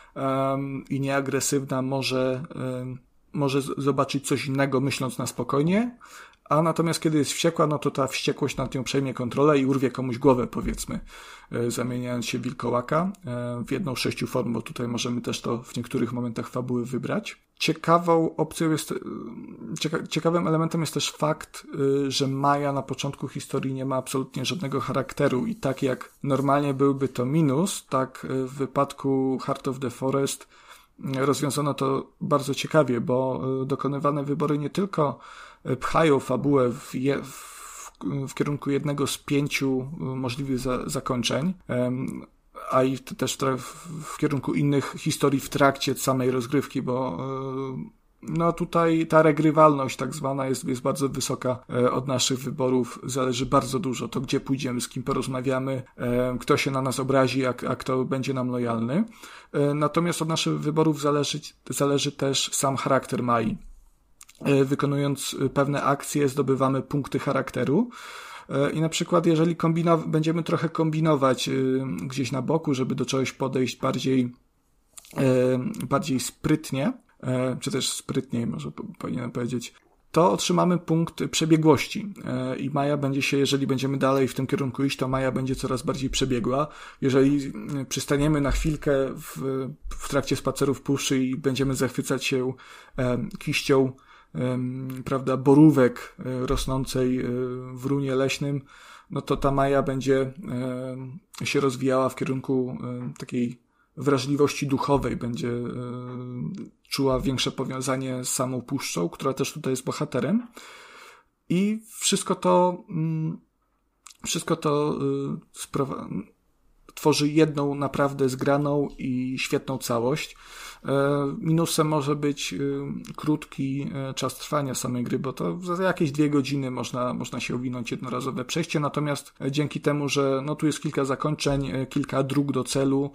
um, i nieagresywna, może, um, może zobaczyć coś innego, myśląc na spokojnie, a natomiast kiedy jest wściekła, no to ta wściekłość nad nią przejmie kontrolę i urwie komuś głowę, powiedzmy, zamieniając się w wilkołaka w jedną z sześciu form, bo tutaj możemy też to w niektórych momentach fabuły wybrać. Ciekawą opcją jest, cieka- ciekawym elementem jest też fakt, że Maja na początku historii nie ma absolutnie żadnego charakteru i tak jak normalnie byłby to minus, tak w wypadku Heart of the Forest rozwiązano to bardzo ciekawie, bo dokonywane wybory nie tylko pchają fabułę w, je, w, w kierunku jednego z pięciu możliwych za, zakończeń, um, a i też w, w kierunku innych historii w trakcie samej rozgrywki, bo um, no tutaj ta regrywalność tak zwana jest, jest bardzo wysoka. Od naszych wyborów zależy bardzo dużo. To gdzie pójdziemy, z kim porozmawiamy, kto się na nas obrazi, a, a kto będzie nam lojalny. Natomiast od naszych wyborów zależy, zależy też sam charakter Mai. Wykonując pewne akcje zdobywamy punkty charakteru. I na przykład jeżeli kombinow- będziemy trochę kombinować gdzieś na boku, żeby do czegoś podejść bardziej, bardziej sprytnie, czy też sprytniej, może powinienem powiedzieć, to otrzymamy punkt przebiegłości. I Maja będzie się, jeżeli będziemy dalej w tym kierunku iść, to Maja będzie coraz bardziej przebiegła. Jeżeli przystaniemy na chwilkę w, w trakcie spaceru w puszczy i będziemy zachwycać się kiścią, prawda, borówek rosnącej w runie leśnym, no to ta Maja będzie się rozwijała w kierunku takiej wrażliwości duchowej, będzie czuła większe powiązanie z samą puszczą, która też tutaj jest bohaterem. I wszystko to wszystko to sprawa, tworzy jedną naprawdę zgraną i świetną całość. Minusem może być krótki czas trwania samej gry, bo to za jakieś dwie godziny można, można się owinąć jednorazowe przejście, natomiast dzięki temu, że no tu jest kilka zakończeń, kilka dróg do celu,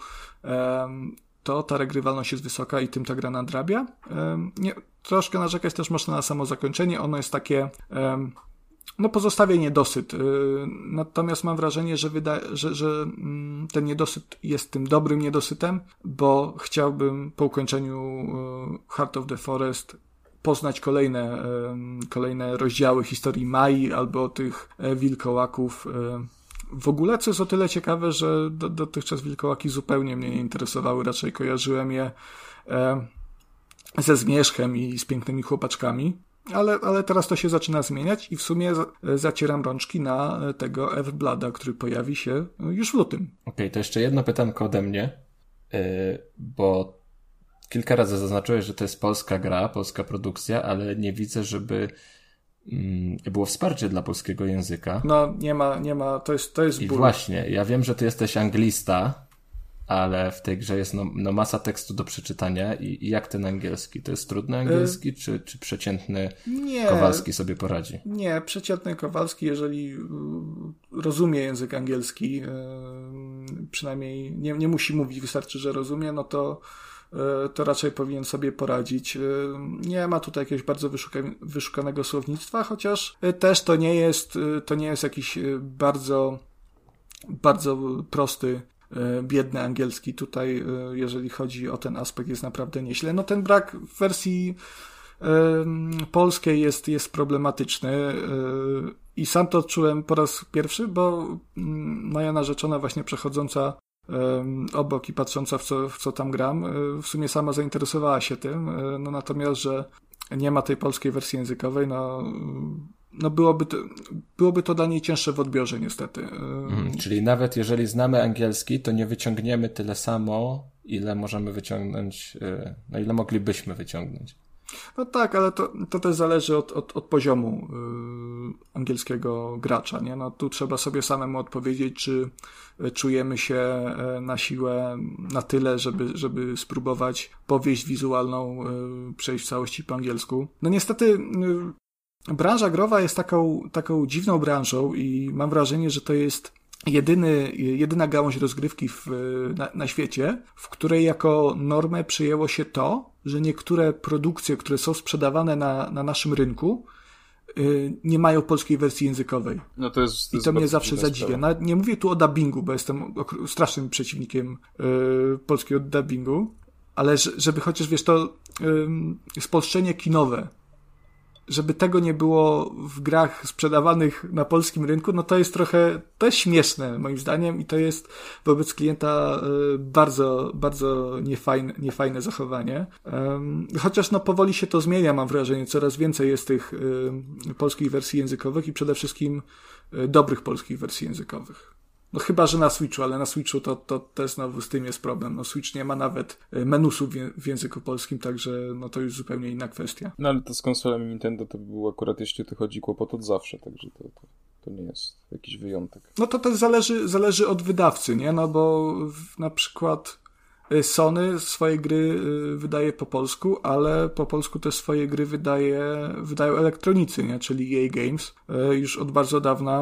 to ta regrywalność jest wysoka i tym ta gra nadrabia. Nie, troszkę narzekać też można na samo zakończenie, ono jest takie no pozostawia niedosyt. Natomiast mam wrażenie, że, wyda- że, że ten niedosyt jest tym dobrym niedosytem, bo chciałbym po ukończeniu Heart of the Forest poznać kolejne, kolejne rozdziały historii Mai albo tych wilkołaków. W ogóle, co jest o tyle ciekawe, że do, dotychczas wilkołaki zupełnie mnie nie interesowały, raczej kojarzyłem je ze zmierzchem i z pięknymi chłopaczkami. Ale, ale teraz to się zaczyna zmieniać i w sumie za, zacieram rączki na tego F-Blooda, który pojawi się już w lutym. Okej, okay, to jeszcze jedno pytanko ode mnie, yy, bo kilka razy zaznaczyłeś, że to jest polska gra, polska produkcja, ale nie widzę, żeby mm, było wsparcie dla polskiego języka. No nie ma, nie ma, to jest, to jest I ból. właśnie, ja wiem, że ty jesteś anglista, ale w tej grze jest no, no masa tekstu do przeczytania i, i jak ten angielski? To jest trudny angielski, y- czy, czy przeciętny nie, Kowalski sobie poradzi? Nie, przeciętny Kowalski, jeżeli rozumie język angielski, przynajmniej nie, nie musi mówić, wystarczy, że rozumie, no to, to raczej powinien sobie poradzić. Nie ma tutaj jakiegoś bardzo wyszuka- wyszukanego słownictwa, chociaż też to nie jest, to nie jest jakiś bardzo, bardzo prosty biedny angielski. Tutaj, jeżeli chodzi o ten aspekt, jest naprawdę nieźle. No ten brak w wersji y, polskiej jest, jest problematyczny y, i sam to odczułem po raz pierwszy, bo y, moja narzeczona właśnie przechodząca y, obok i patrząca w co, w co tam gram, y, w sumie sama zainteresowała się tym, y, no natomiast, że nie ma tej polskiej wersji językowej, no no byłoby to, byłoby to dla niej cięższe w odbiorze niestety. Hmm, czyli nawet jeżeli znamy angielski, to nie wyciągniemy tyle samo, ile możemy wyciągnąć, no ile moglibyśmy wyciągnąć. No tak, ale to, to też zależy od, od, od poziomu yy, angielskiego gracza, nie? No tu trzeba sobie samemu odpowiedzieć, czy czujemy się na siłę na tyle, żeby, żeby spróbować powieść wizualną yy, przejść w całości po angielsku. No niestety yy, branża growa jest taką, taką dziwną branżą i mam wrażenie, że to jest jedyny, jedyna gałąź rozgrywki w, na, na świecie, w której jako normę przyjęło się to, że niektóre produkcje, które są sprzedawane na, na naszym rynku, yy, nie mają polskiej wersji językowej. No to jest, to I to mnie zawsze zadziwia. Nawet nie mówię tu o dubbingu, bo jestem strasznym przeciwnikiem yy, polskiego dubbingu, ale żeby chociaż, wiesz, to yy, spolszczenie kinowe, żeby tego nie było w grach sprzedawanych na polskim rynku, no to jest trochę, to jest śmieszne moim zdaniem i to jest wobec klienta bardzo, bardzo niefajne, niefajne zachowanie. Chociaż no powoli się to zmienia, mam wrażenie, coraz więcej jest tych polskich wersji językowych i przede wszystkim dobrych polskich wersji językowych. No chyba, że na Switchu, ale na Switchu to, to też znowu z tym jest problem. No Switch nie ma nawet menusów w języku polskim, także no to już zupełnie inna kwestia. No ale to z konsolami Nintendo to był akurat, jeśli to chodzi, kłopot od zawsze, także to, to, to nie jest jakiś wyjątek. No to też zależy, zależy od wydawcy, nie? No bo w, na przykład Sony swoje gry wydaje po polsku, ale po polsku też swoje gry wydaje, wydają elektronicy, nie? Czyli E A Games. Już od bardzo dawna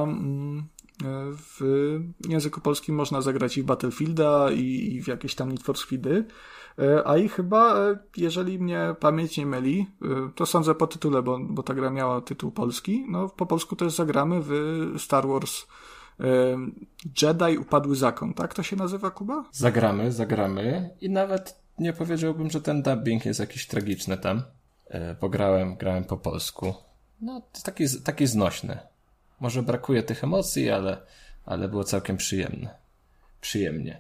w języku polskim można zagrać i w Battlefielda i, i w jakieś tam Need for Speedy, a i chyba, jeżeli mnie pamięć nie myli, to sądzę po tytule, bo, bo ta gra miała tytuł polski, no po polsku też zagramy w Star Wars Jedi Upadły Zakon, tak to się nazywa, Kuba? Zagramy, zagramy i nawet nie powiedziałbym, że ten dubbing jest jakiś tragiczny tam, bo grałem, grałem po polsku. No, taki, taki znośny. Może brakuje tych emocji, ale, ale było całkiem przyjemne. Przyjemnie.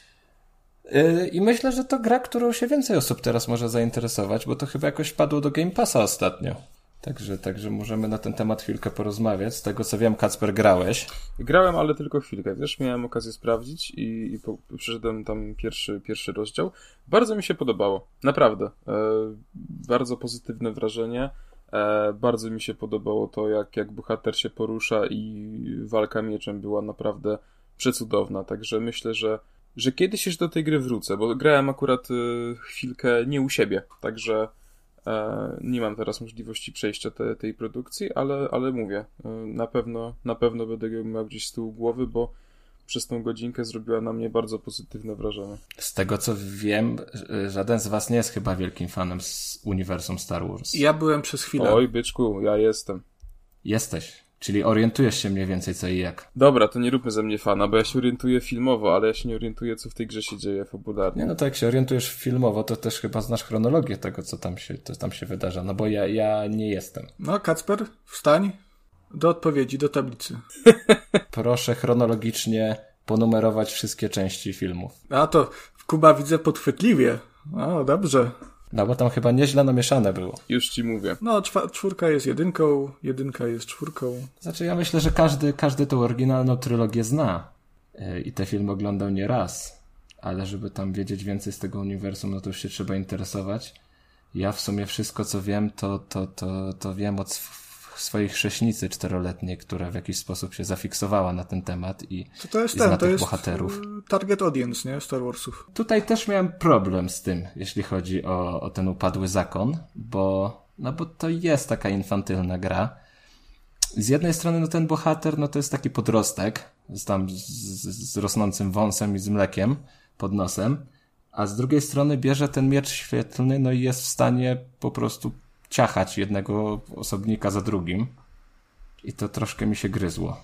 Yy, I myślę, że to gra, którą się więcej osób teraz może zainteresować, bo to chyba jakoś padło do Game Passa ostatnio. Także, także możemy na ten temat chwilkę porozmawiać. Z tego co wiem, Kacper, grałeś. Grałem, ale tylko chwilkę. Wiesz, miałem okazję sprawdzić i, i po, przeszedłem tam pierwszy, pierwszy rozdział. Bardzo mi się podobało. Naprawdę. E, bardzo pozytywne wrażenie. E, bardzo mi się podobało to, jak, jak bohater się porusza i walka mieczem była naprawdę przecudowna. Także myślę, że, że kiedyś jeszcze do tej gry wrócę, bo grałem akurat y, chwilkę nie u siebie. Także e, nie mam teraz możliwości przejścia te, tej produkcji, ale, ale mówię, y, na pewno, na pewno będę ją miał gdzieś z tyłu głowy, bo przez tą godzinkę zrobiła na mnie bardzo pozytywne wrażenie. Z tego co wiem, żaden z was nie jest chyba wielkim fanem z uniwersum Star Wars. Ja byłem przez chwilę. Oj, byczku, ja jestem. Jesteś, czyli orientujesz się mniej więcej co i jak. Dobra, to nie róbmy ze mnie fana, bo ja się orientuję filmowo, ale ja się nie orientuję, co w tej grze się dzieje fabularnie. Nie, no to jak się orientujesz filmowo, to też chyba znasz chronologię tego, co tam się, to tam się wydarza, no bo ja, ja nie jestem. No, Kacper, wstań. Do odpowiedzi, do tablicy. Proszę chronologicznie ponumerować wszystkie części filmów. A to Kuba widzę podchwytliwie. O, dobrze. No bo tam chyba nieźle namieszane było. Już ci mówię. No, czwa- czwórka jest jedynką, jedynka jest czwórką. Znaczy ja myślę, że każdy, każdy tą oryginalną trylogię zna. Yy, I te filmy oglądał nie raz. Ale żeby tam wiedzieć więcej z tego uniwersum, no to już się trzeba interesować. Ja w sumie wszystko, co wiem, to, to, to, to wiem od sw- swojej chrześnicy czteroletniej, która w jakiś sposób się zafiksowała na ten temat i, to to jest i ten, zna to tych jest bohaterów. Target audience, nie? Star Warsów. Tutaj też miałem problem z tym, jeśli chodzi o, o ten upadły zakon, bo, no bo to jest taka infantylna gra. Z jednej strony no ten bohater, no to jest taki podrostek, z tam z, z rosnącym wąsem i z mlekiem pod nosem, a z drugiej strony bierze ten miecz świetlny, no i jest w stanie po prostu ciachać jednego osobnika za drugim. I to troszkę mi się gryzło.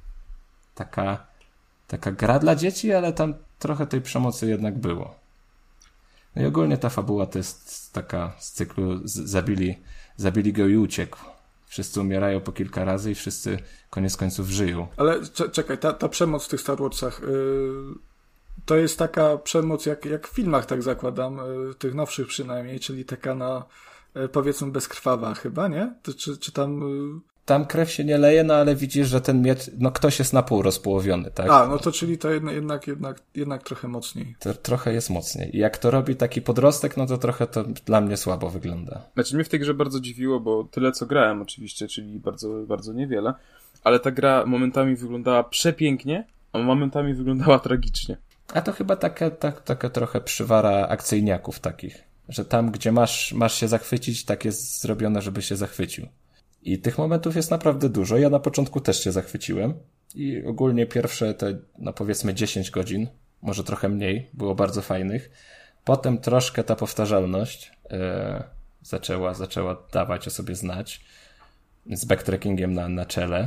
Taka, taka gra dla dzieci, ale tam trochę tej przemocy jednak było. No i ogólnie ta fabuła to jest taka z cyklu z, zabili, zabili go i uciekł. Wszyscy umierają po kilka razy i wszyscy koniec końców żyją. Ale cze- czekaj, ta, ta przemoc w tych Star Warsach, yy, to jest taka przemoc jak, jak w filmach, tak zakładam, yy, tych nowszych przynajmniej, czyli taka na, yy, powiedzmy bezkrwawa chyba, nie? To, czy, czy tam... Yy... tam krew się nie leje, no ale widzisz, że ten miecz, no ktoś jest na pół rozpołowiony, tak? A, no to czyli to jednak, jednak, jednak, jednak trochę mocniej. To trochę jest mocniej. I jak to robi taki podrostek, no to trochę to dla mnie słabo wygląda. Znaczy mnie w tej grze bardzo dziwiło, bo tyle co grałem oczywiście, czyli bardzo, bardzo niewiele, ale ta gra momentami wyglądała przepięknie, a momentami wyglądała tragicznie. A to chyba taka, tak, taka trochę przywara akcyjniaków takich, że tam, gdzie masz, masz się zachwycić, tak jest zrobione, żeby się zachwycił. I tych momentów jest naprawdę dużo. Ja na początku też się zachwyciłem i ogólnie pierwsze te, no powiedzmy dziesięć godzin, może trochę mniej, było bardzo fajnych. Potem troszkę ta powtarzalność yy, zaczęła, zaczęła dawać o sobie znać z backtrackingiem na, na czele,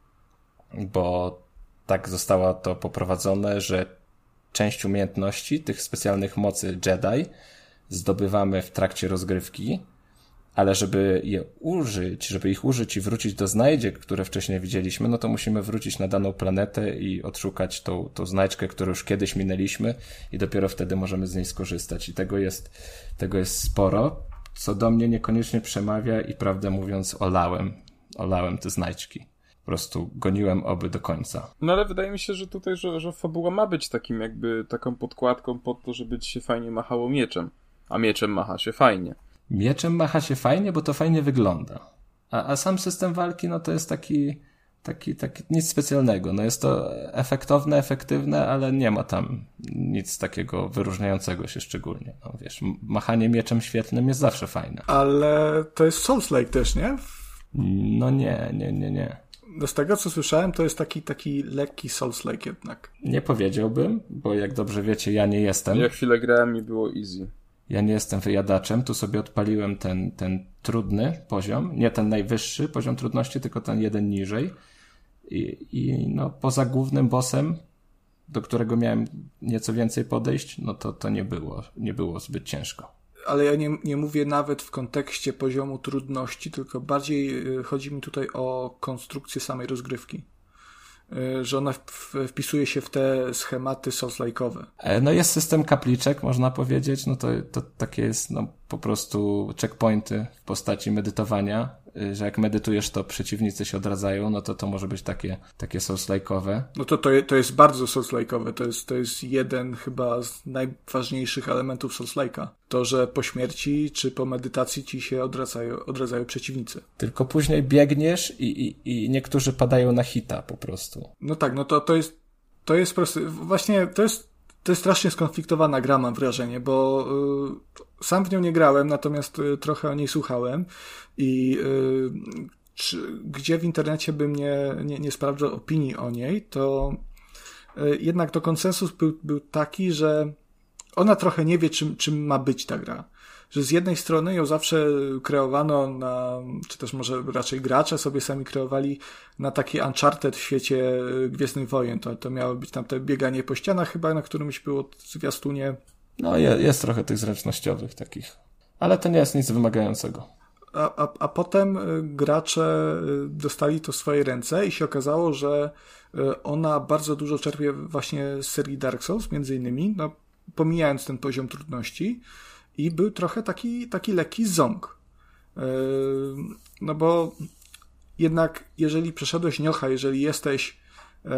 bo tak zostało to poprowadzone, że część umiejętności, tych specjalnych mocy Jedi zdobywamy w trakcie rozgrywki, ale żeby je użyć, żeby ich użyć i wrócić do znajdziek, które wcześniej widzieliśmy, no to musimy wrócić na daną planetę i odszukać tą, tą znajdźkę, którą już kiedyś minęliśmy i dopiero wtedy możemy z niej skorzystać. I tego jest, tego jest sporo, co do mnie niekoniecznie przemawia i prawdę mówiąc olałem, olałem te znajdźki. Po prostu goniłem oby do końca. No ale wydaje mi się, że tutaj, że, że fabuła ma być takim jakby taką podkładką pod to, żeby ci się fajnie machało mieczem. A mieczem macha się fajnie. Mieczem macha się fajnie, bo to fajnie wygląda. A, a sam system walki, no to jest taki, taki, taki nic specjalnego. No jest to efektowne, efektywne, ale nie ma tam nic takiego wyróżniającego się szczególnie. No wiesz, machanie mieczem świetlnym jest zawsze fajne. Ale to jest Souls-like też, nie? No nie, nie, nie, nie. Z tego, co słyszałem, to jest taki, taki lekki Souls-like jednak. Nie powiedziałbym, bo jak dobrze wiecie, ja nie jestem. Ja chwilę grałem i było easy. Ja nie jestem wyjadaczem, tu sobie odpaliłem ten, ten trudny poziom, nie ten najwyższy poziom trudności, tylko ten jeden niżej. I, i no poza głównym bossem, do którego miałem nieco więcej podejść, no to to nie było, nie było zbyt ciężko. Ale ja nie, nie mówię nawet w kontekście poziomu trudności, tylko bardziej y, chodzi mi tutaj o konstrukcję samej rozgrywki. Y, że ona w, wpisuje się w te schematy souls-like'owe. No jest system kapliczek, można powiedzieć, no to, to takie jest no po prostu checkpointy w postaci medytowania, że jak medytujesz, to przeciwnicy się odradzają, no to to może być takie, takie souls-like'owe. No to, to, to jest bardzo souls-like'owe, to jest, to jest jeden chyba z najważniejszych elementów souls-like'a. To, że po śmierci czy po medytacji ci się odradzają, odradzają przeciwnicy. Tylko później biegniesz i, i, i niektórzy padają na hita po prostu. No tak, no to, to jest to jest prosty. Właśnie to jest to jest strasznie skonfliktowana gra, mam wrażenie, bo y, sam w nią nie grałem, natomiast y, trochę o niej słuchałem i y, czy, gdzie w internecie bym nie, nie, nie sprawdzał opinii o niej, to y, jednak to konsensus był, był taki, że ona trochę nie wie, czym, czym ma być ta gra. Że z jednej strony ją zawsze kreowano na, czy też może raczej gracze sobie sami kreowali na takie Uncharted w świecie Gwiezdnych Wojen. To, to miało być tam te bieganie po ścianach chyba, na którymś było zwiastunie. No jest, jest trochę tych zręcznościowych takich, ale to nie jest nic wymagającego. A, a, a potem gracze dostali to w swoje ręce i się okazało, że ona bardzo dużo czerpie właśnie z serii Dark Souls, między innymi, no, pomijając ten poziom trudności. I był trochę taki, taki lekki ząg. Yy, no bo jednak jeżeli przeszedłeś Niocha, jeżeli jesteś yy,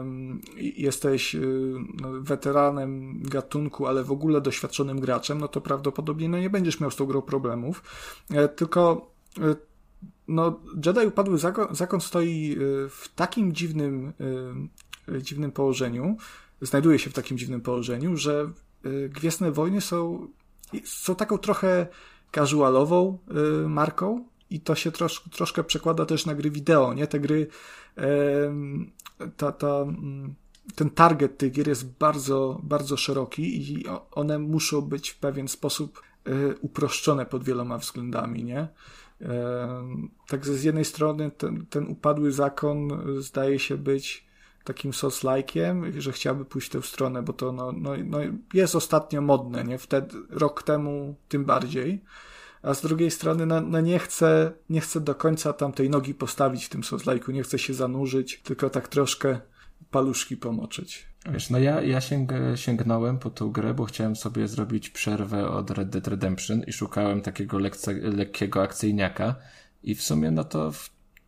jesteś yy, no, weteranem gatunku, ale w ogóle doświadczonym graczem, no to prawdopodobnie no, nie będziesz miał z tą grą problemów. Yy, tylko yy, no, Jedi Upadły Zakon, zakon stoi yy, w takim dziwnym yy, dziwnym położeniu, znajduje się w takim dziwnym położeniu, że yy, Gwiezdne Wojny są są taką trochę casualową y, marką i to się trosz, troszkę przekłada też na gry wideo, nie? Te gry, y, ta, ta, y, ten target tych gier jest bardzo, bardzo szeroki i one muszą być w pewien sposób y, uproszczone pod wieloma względami, nie? Y, także z jednej strony ten, ten Upadły Zakon zdaje się być takim souls-like'iem, że chciałby pójść w tę stronę, bo to no, no, no jest ostatnio modne, nie? Wtedy, rok temu tym bardziej. A z drugiej strony no, no nie chcę nie chcę do końca tam tej nogi postawić w tym souls-like'u, nie chcę się zanurzyć, tylko tak troszkę paluszki pomoczyć. Wiesz, no ja, ja sięg, sięgnąłem po tą grę, bo chciałem sobie zrobić przerwę od Red Dead Redemption i szukałem takiego lekce, lekkiego akcyjniaka i w sumie no to w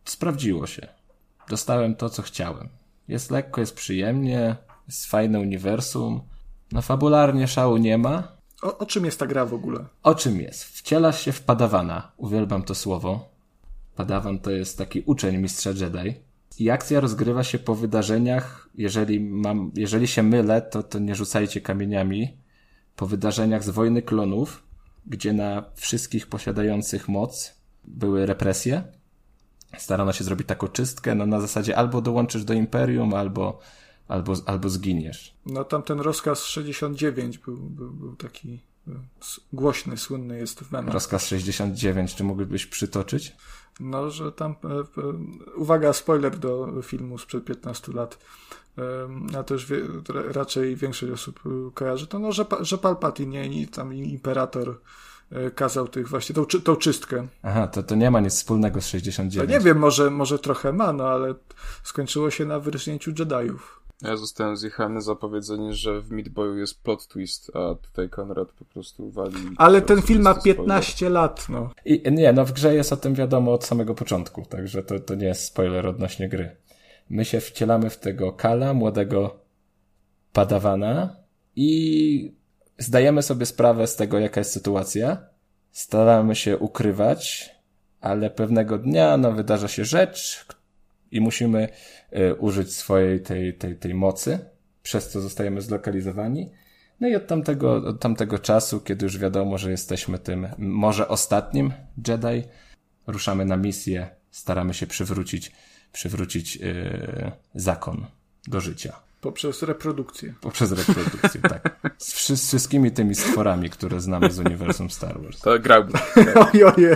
sprawdziło się. Dostałem to, co chciałem. Jest lekko, jest przyjemnie, jest fajne uniwersum. No fabularnie szału nie ma. O, o czym jest ta gra w ogóle? O czym jest? Wcielasz się w Padawana. Uwielbiam to słowo. Padawan to jest taki uczeń mistrza Jedi. I akcja rozgrywa się po wydarzeniach, jeżeli mam, jeżeli się mylę, to, to nie rzucajcie kamieniami, po wydarzeniach z Wojny Klonów, gdzie na wszystkich posiadających moc były represje. Starano się zrobić taką czystkę, no na zasadzie albo dołączysz do Imperium, albo, albo, albo zginiesz. No tam ten rozkaz sześćdziesiąt dziewięć był, był, był taki głośny, słynny jest w memach. Rozkaz sześćdziesiąt dziewięć, czy mógłbyś przytoczyć? No, że tam, e, e, uwaga, spoiler do filmu sprzed piętnastu lat, e, a też wie, raczej większość osób kojarzy to, no, że, że Palpatine, nie, tam imperator e, kazał tych właśnie, tą, tą czystkę. Aha, to, to nie ma nic wspólnego z sześćdziesiąt dziewięć. To nie wiem, może, może trochę ma, no, ale skończyło się na wyrżnięciu Jediów. Ja zostałem zjechany za powiedzenie, że w Meat Boyu jest plot twist, a tutaj Konrad po prostu wali... Ale ten film ma piętnaście lat, no. I nie, no w grze jest o tym wiadomo od samego początku, także to, to nie jest spoiler odnośnie gry. My się wcielamy w tego Kala, młodego Padawana i zdajemy sobie sprawę z tego, jaka jest sytuacja. Staramy się ukrywać, ale pewnego dnia no, wydarza się rzecz i musimy y, użyć swojej tej, tej, tej mocy, przez co zostajemy zlokalizowani. No i od tamtego, od tamtego czasu, kiedy już wiadomo, że jesteśmy tym może ostatnim Jedi, ruszamy na misję, staramy się przywrócić, przywrócić yy, zakon do życia. Poprzez reprodukcję. Poprzez reprodukcję, tak. Z, wszy- z wszystkimi tymi stworami, które znamy z uniwersum Star Wars. To grałbym. Ojej.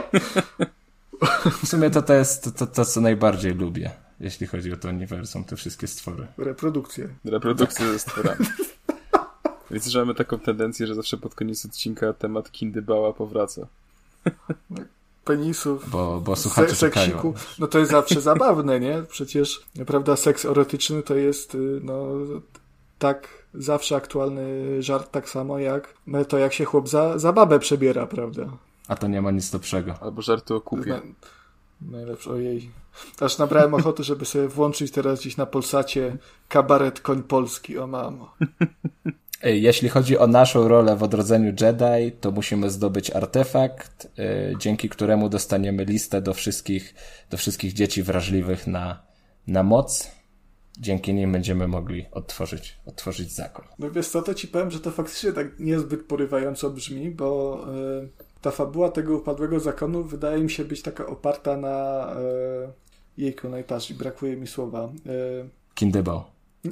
W sumie to, to jest to, to, to, co najbardziej lubię, jeśli chodzi o to uniwersum, te wszystkie stwory. Reprodukcję. Reprodukcję ze stworami. Widzę, że mamy taką tendencję, że zawsze pod koniec odcinka temat kindybała powraca. Penisów. Bo, bo słuchacze se- czekają. seksiku. No to jest zawsze zabawne, nie? Przecież, prawda, seks erotyczny to jest, no, tak zawsze aktualny żart, tak samo jak to, jak się chłop za, za babę przebiera, prawda? A to nie ma nic lepszego. Albo żarty o kupie. Na, najlepsze, ojej. Aż nabrałem ochoty, żeby sobie włączyć teraz gdzieś na Polsacie kabaret Koń Polski, o mamo. Jeśli chodzi o naszą rolę w odrodzeniu Jedi, to musimy zdobyć artefakt, yy, dzięki któremu dostaniemy listę do wszystkich, do wszystkich dzieci wrażliwych na, na moc. Dzięki nim będziemy mogli otworzyć, otworzyć zakon. No wiesz co, to ci powiem, że to faktycznie tak niezbyt porywająco brzmi, bo yy, ta fabuła tego upadłego zakonu wydaje mi się być taka oparta na yy, jejku, najpatrz, brakuje mi słowa. Yy, Kindybał.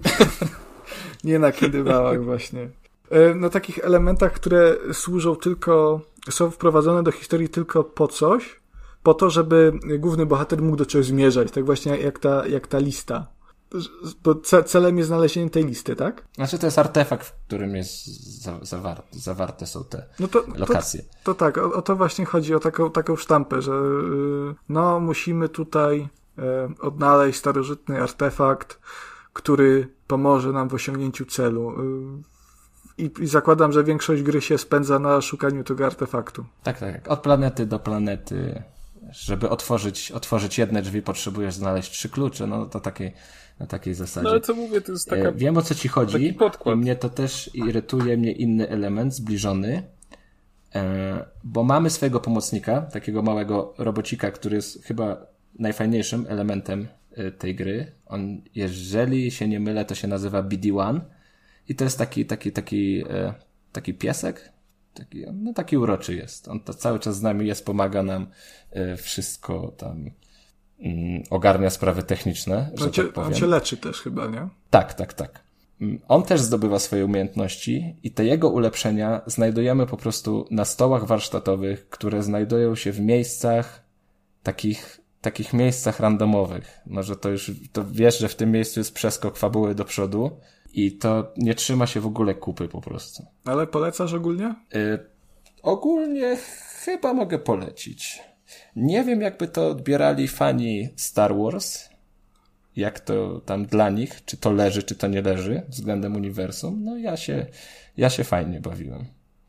Nie na kindybałach właśnie. Na takich elementach, które służą tylko, są wprowadzone do historii tylko po coś, po to, żeby główny bohater mógł do czegoś zmierzać, tak właśnie jak ta, jak ta lista. Bo celem jest znalezienie tej listy, tak? Znaczy to jest artefakt, w którym jest zawarte, zawarte są te no to, lokacje. To, to tak, o, o to właśnie chodzi, o taką, taką sztampę, że no musimy tutaj odnaleźć starożytny artefakt, który pomoże nam w osiągnięciu celu. I, I zakładam, że większość gry się spędza na szukaniu tego artefaktu. Tak, tak. Od planety do planety. Żeby otworzyć, otworzyć jedne drzwi, potrzebujesz znaleźć trzy klucze. No to takiej, na takiej zasadzie. No ale co mówię, to jest taka... E, wiem, o co ci chodzi. Taki podkład. I mnie to też irytuje, mnie inny element zbliżony. E, bo mamy swojego pomocnika, takiego małego robocika, który jest chyba najfajniejszym elementem tej gry. On, jeżeli się nie mylę, to się nazywa B D jeden i to jest taki, taki, taki, e, taki piesek, taki, no taki uroczy jest. On to cały czas z nami jest, pomaga nam e, wszystko tam mm, ogarnia sprawy techniczne, że on cię, tak powiem. On cię leczy też chyba, nie? Tak, tak, tak. On też zdobywa swoje umiejętności i te jego ulepszenia znajdujemy po prostu na stołach warsztatowych, które znajdują się w miejscach takich takich miejscach randomowych. No, że to już, to wiesz, że w tym miejscu jest przeskok fabuły do przodu i to nie trzyma się w ogóle kupy po prostu. Ale polecasz ogólnie? Y, ogólnie chyba mogę polecić. Nie wiem, jakby to odbierali fani Star Wars, jak to tam dla nich, czy to leży, czy to nie leży względem uniwersum. No ja się, ja się fajnie bawiłem.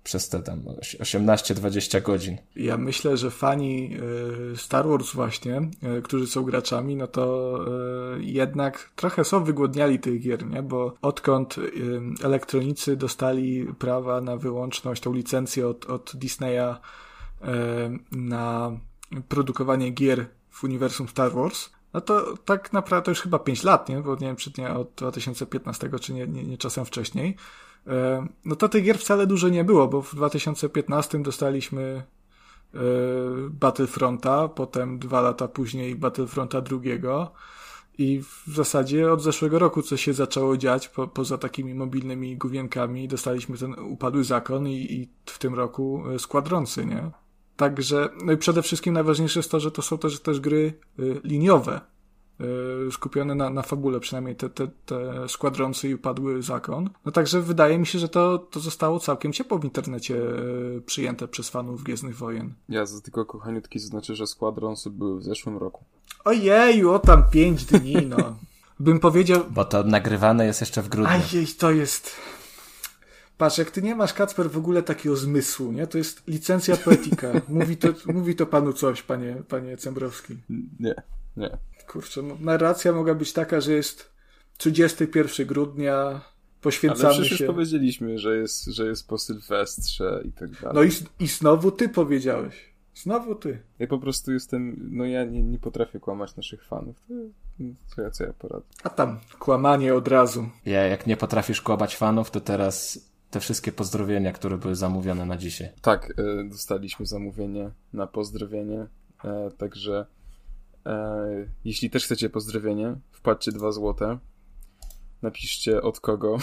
przez te tam osiemnaście dwadzieścia godzin. Ja myślę, że fani y, Star Wars właśnie, y, którzy są graczami, no to y, jednak trochę są wygłodniali tych gier, nie? Bo odkąd y, elektronicy dostali prawa na wyłączność, tą licencję od, od Disneya y, na produkowanie gier w uniwersum Star Wars, no to tak naprawdę to już chyba pięć lat, nie? Bo nie wiem, czy nie od dwa tysiące piętnastego, czy nie, nie, nie czasem wcześniej. No to tych gier wcale dużo nie było, bo w dwa tysiące piętnastym dostaliśmy Battlefronta, potem dwa lata później Battlefronta drugiego i w zasadzie od zeszłego roku coś się zaczęło dziać, po, poza takimi mobilnymi główienkami dostaliśmy ten Upadły Zakon i, i w tym roku Squadronsy, nie? Także, no i przede wszystkim najważniejsze jest to, że to są też, też gry y, liniowe, y, skupione na, na fabule, przynajmniej te, te, te Squadronsy i Upadły Zakon. No także wydaje mi się, że to, to zostało całkiem ciepło w internecie y, przyjęte przez fanów Gwiezdnych Wojen. Ja za tylko kochaniutki zaznaczę, że Squadronsy były w zeszłym roku. Ojeju, o tam pięć dni, no. Bym powiedział... Bo to nagrywane jest jeszcze w grudniu. Ajej, to jest... Patrz, jak ty nie masz, Kacper, w ogóle takiego zmysłu, nie? To jest licencja poetyka. Mówi to, mówi to panu coś, panie, panie Cembrowski. Nie, nie. Kurczę, no, narracja mogła być taka, że jest trzydziestego pierwszego grudnia, poświęcamy Ale przecież się... już powiedzieliśmy, że jest, że jest po Sylwestrze i tak dalej. No i, i znowu ty powiedziałeś. Znowu ty. Ja po prostu jestem, no ja nie, nie potrafię kłamać naszych fanów. To, co, ja, co ja poradzę? A tam, kłamanie od razu. Ja, jak nie potrafisz kłamać fanów, to teraz te wszystkie pozdrowienia, które były zamówione na dzisiaj. Tak, y, dostaliśmy zamówienie na pozdrowienie, e, także e, jeśli też chcecie pozdrowienie, wpłaccie dwa złote, napiszcie od kogo.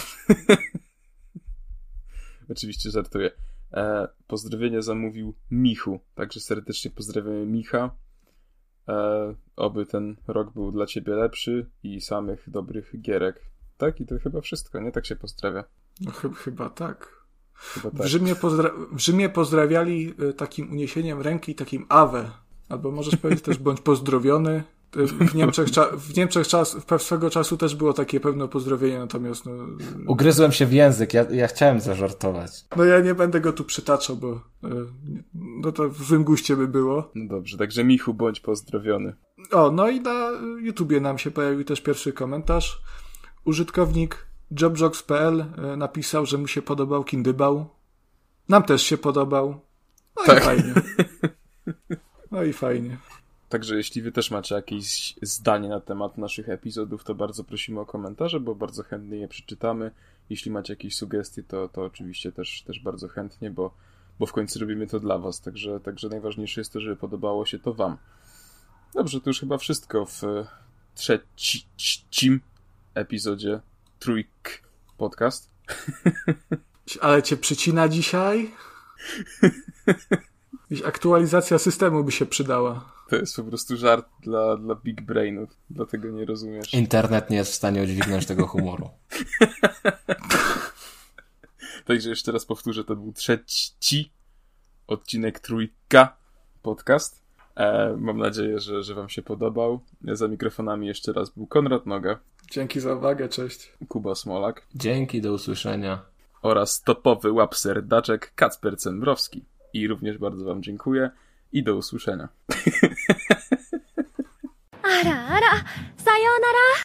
Oczywiście żartuję. E, pozdrowienie zamówił Michu, także serdecznie pozdrawiamy Micha. E, oby ten rok był dla ciebie lepszy i samych dobrych gierek. Tak? I to chyba wszystko, nie? Tak się pozdrawia. No ch- chyba tak. Chyba W tak. Rzymie, pozdra- w Rzymie pozdrawiali y, takim uniesieniem ręki, takim Ave. Albo możesz powiedzieć też bądź pozdrowiony. Y, W Niemczech, cza- w Niemczech czas, w swego czasu też było takie pewne pozdrowienie, natomiast no, Ugryzłem się w język, ja, ja chciałem zażartować. no ja nie będę go tu przytaczał, bo y, no to w złym guście by było. No dobrze, także Michu, bądź pozdrowiony. O, no i na YouTubie nam się pojawił też pierwszy komentarz. Użytkownik jobjox kropka p l napisał, że mu się podobał Kindybał. Nam też się podobał. No Tak. i fajnie. No i fajnie. Także jeśli wy też macie jakieś zdanie na temat naszych epizodów, to bardzo prosimy o komentarze, bo bardzo chętnie je przeczytamy. Jeśli macie jakieś sugestie, to, to oczywiście też, też bardzo chętnie, bo, bo w końcu robimy to dla was. Także, także najważniejsze jest to, żeby podobało się to wam. Dobrze, to już chyba wszystko w trzecim epizodzie Trójk Podcast. Ale cię przycina dzisiaj? Jakaś aktualizacja systemu by się przydała. To jest po prostu żart dla, dla big brainów, dlatego nie rozumiesz. Internet nie jest w stanie udźwignąć tego humoru. Także jeszcze raz powtórzę, to był trzeci odcinek Trójka Podcast. E, mam nadzieję, że, że wam się podobał. Za mikrofonami jeszcze raz był Konrad Noga. Dzięki za uwagę, cześć. Kuba Smolak. Dzięki, do usłyszenia. Oraz topowy łapserdaczek Kacper Cembrowski. I również bardzo wam dziękuję i do usłyszenia. あらあら、さようなら。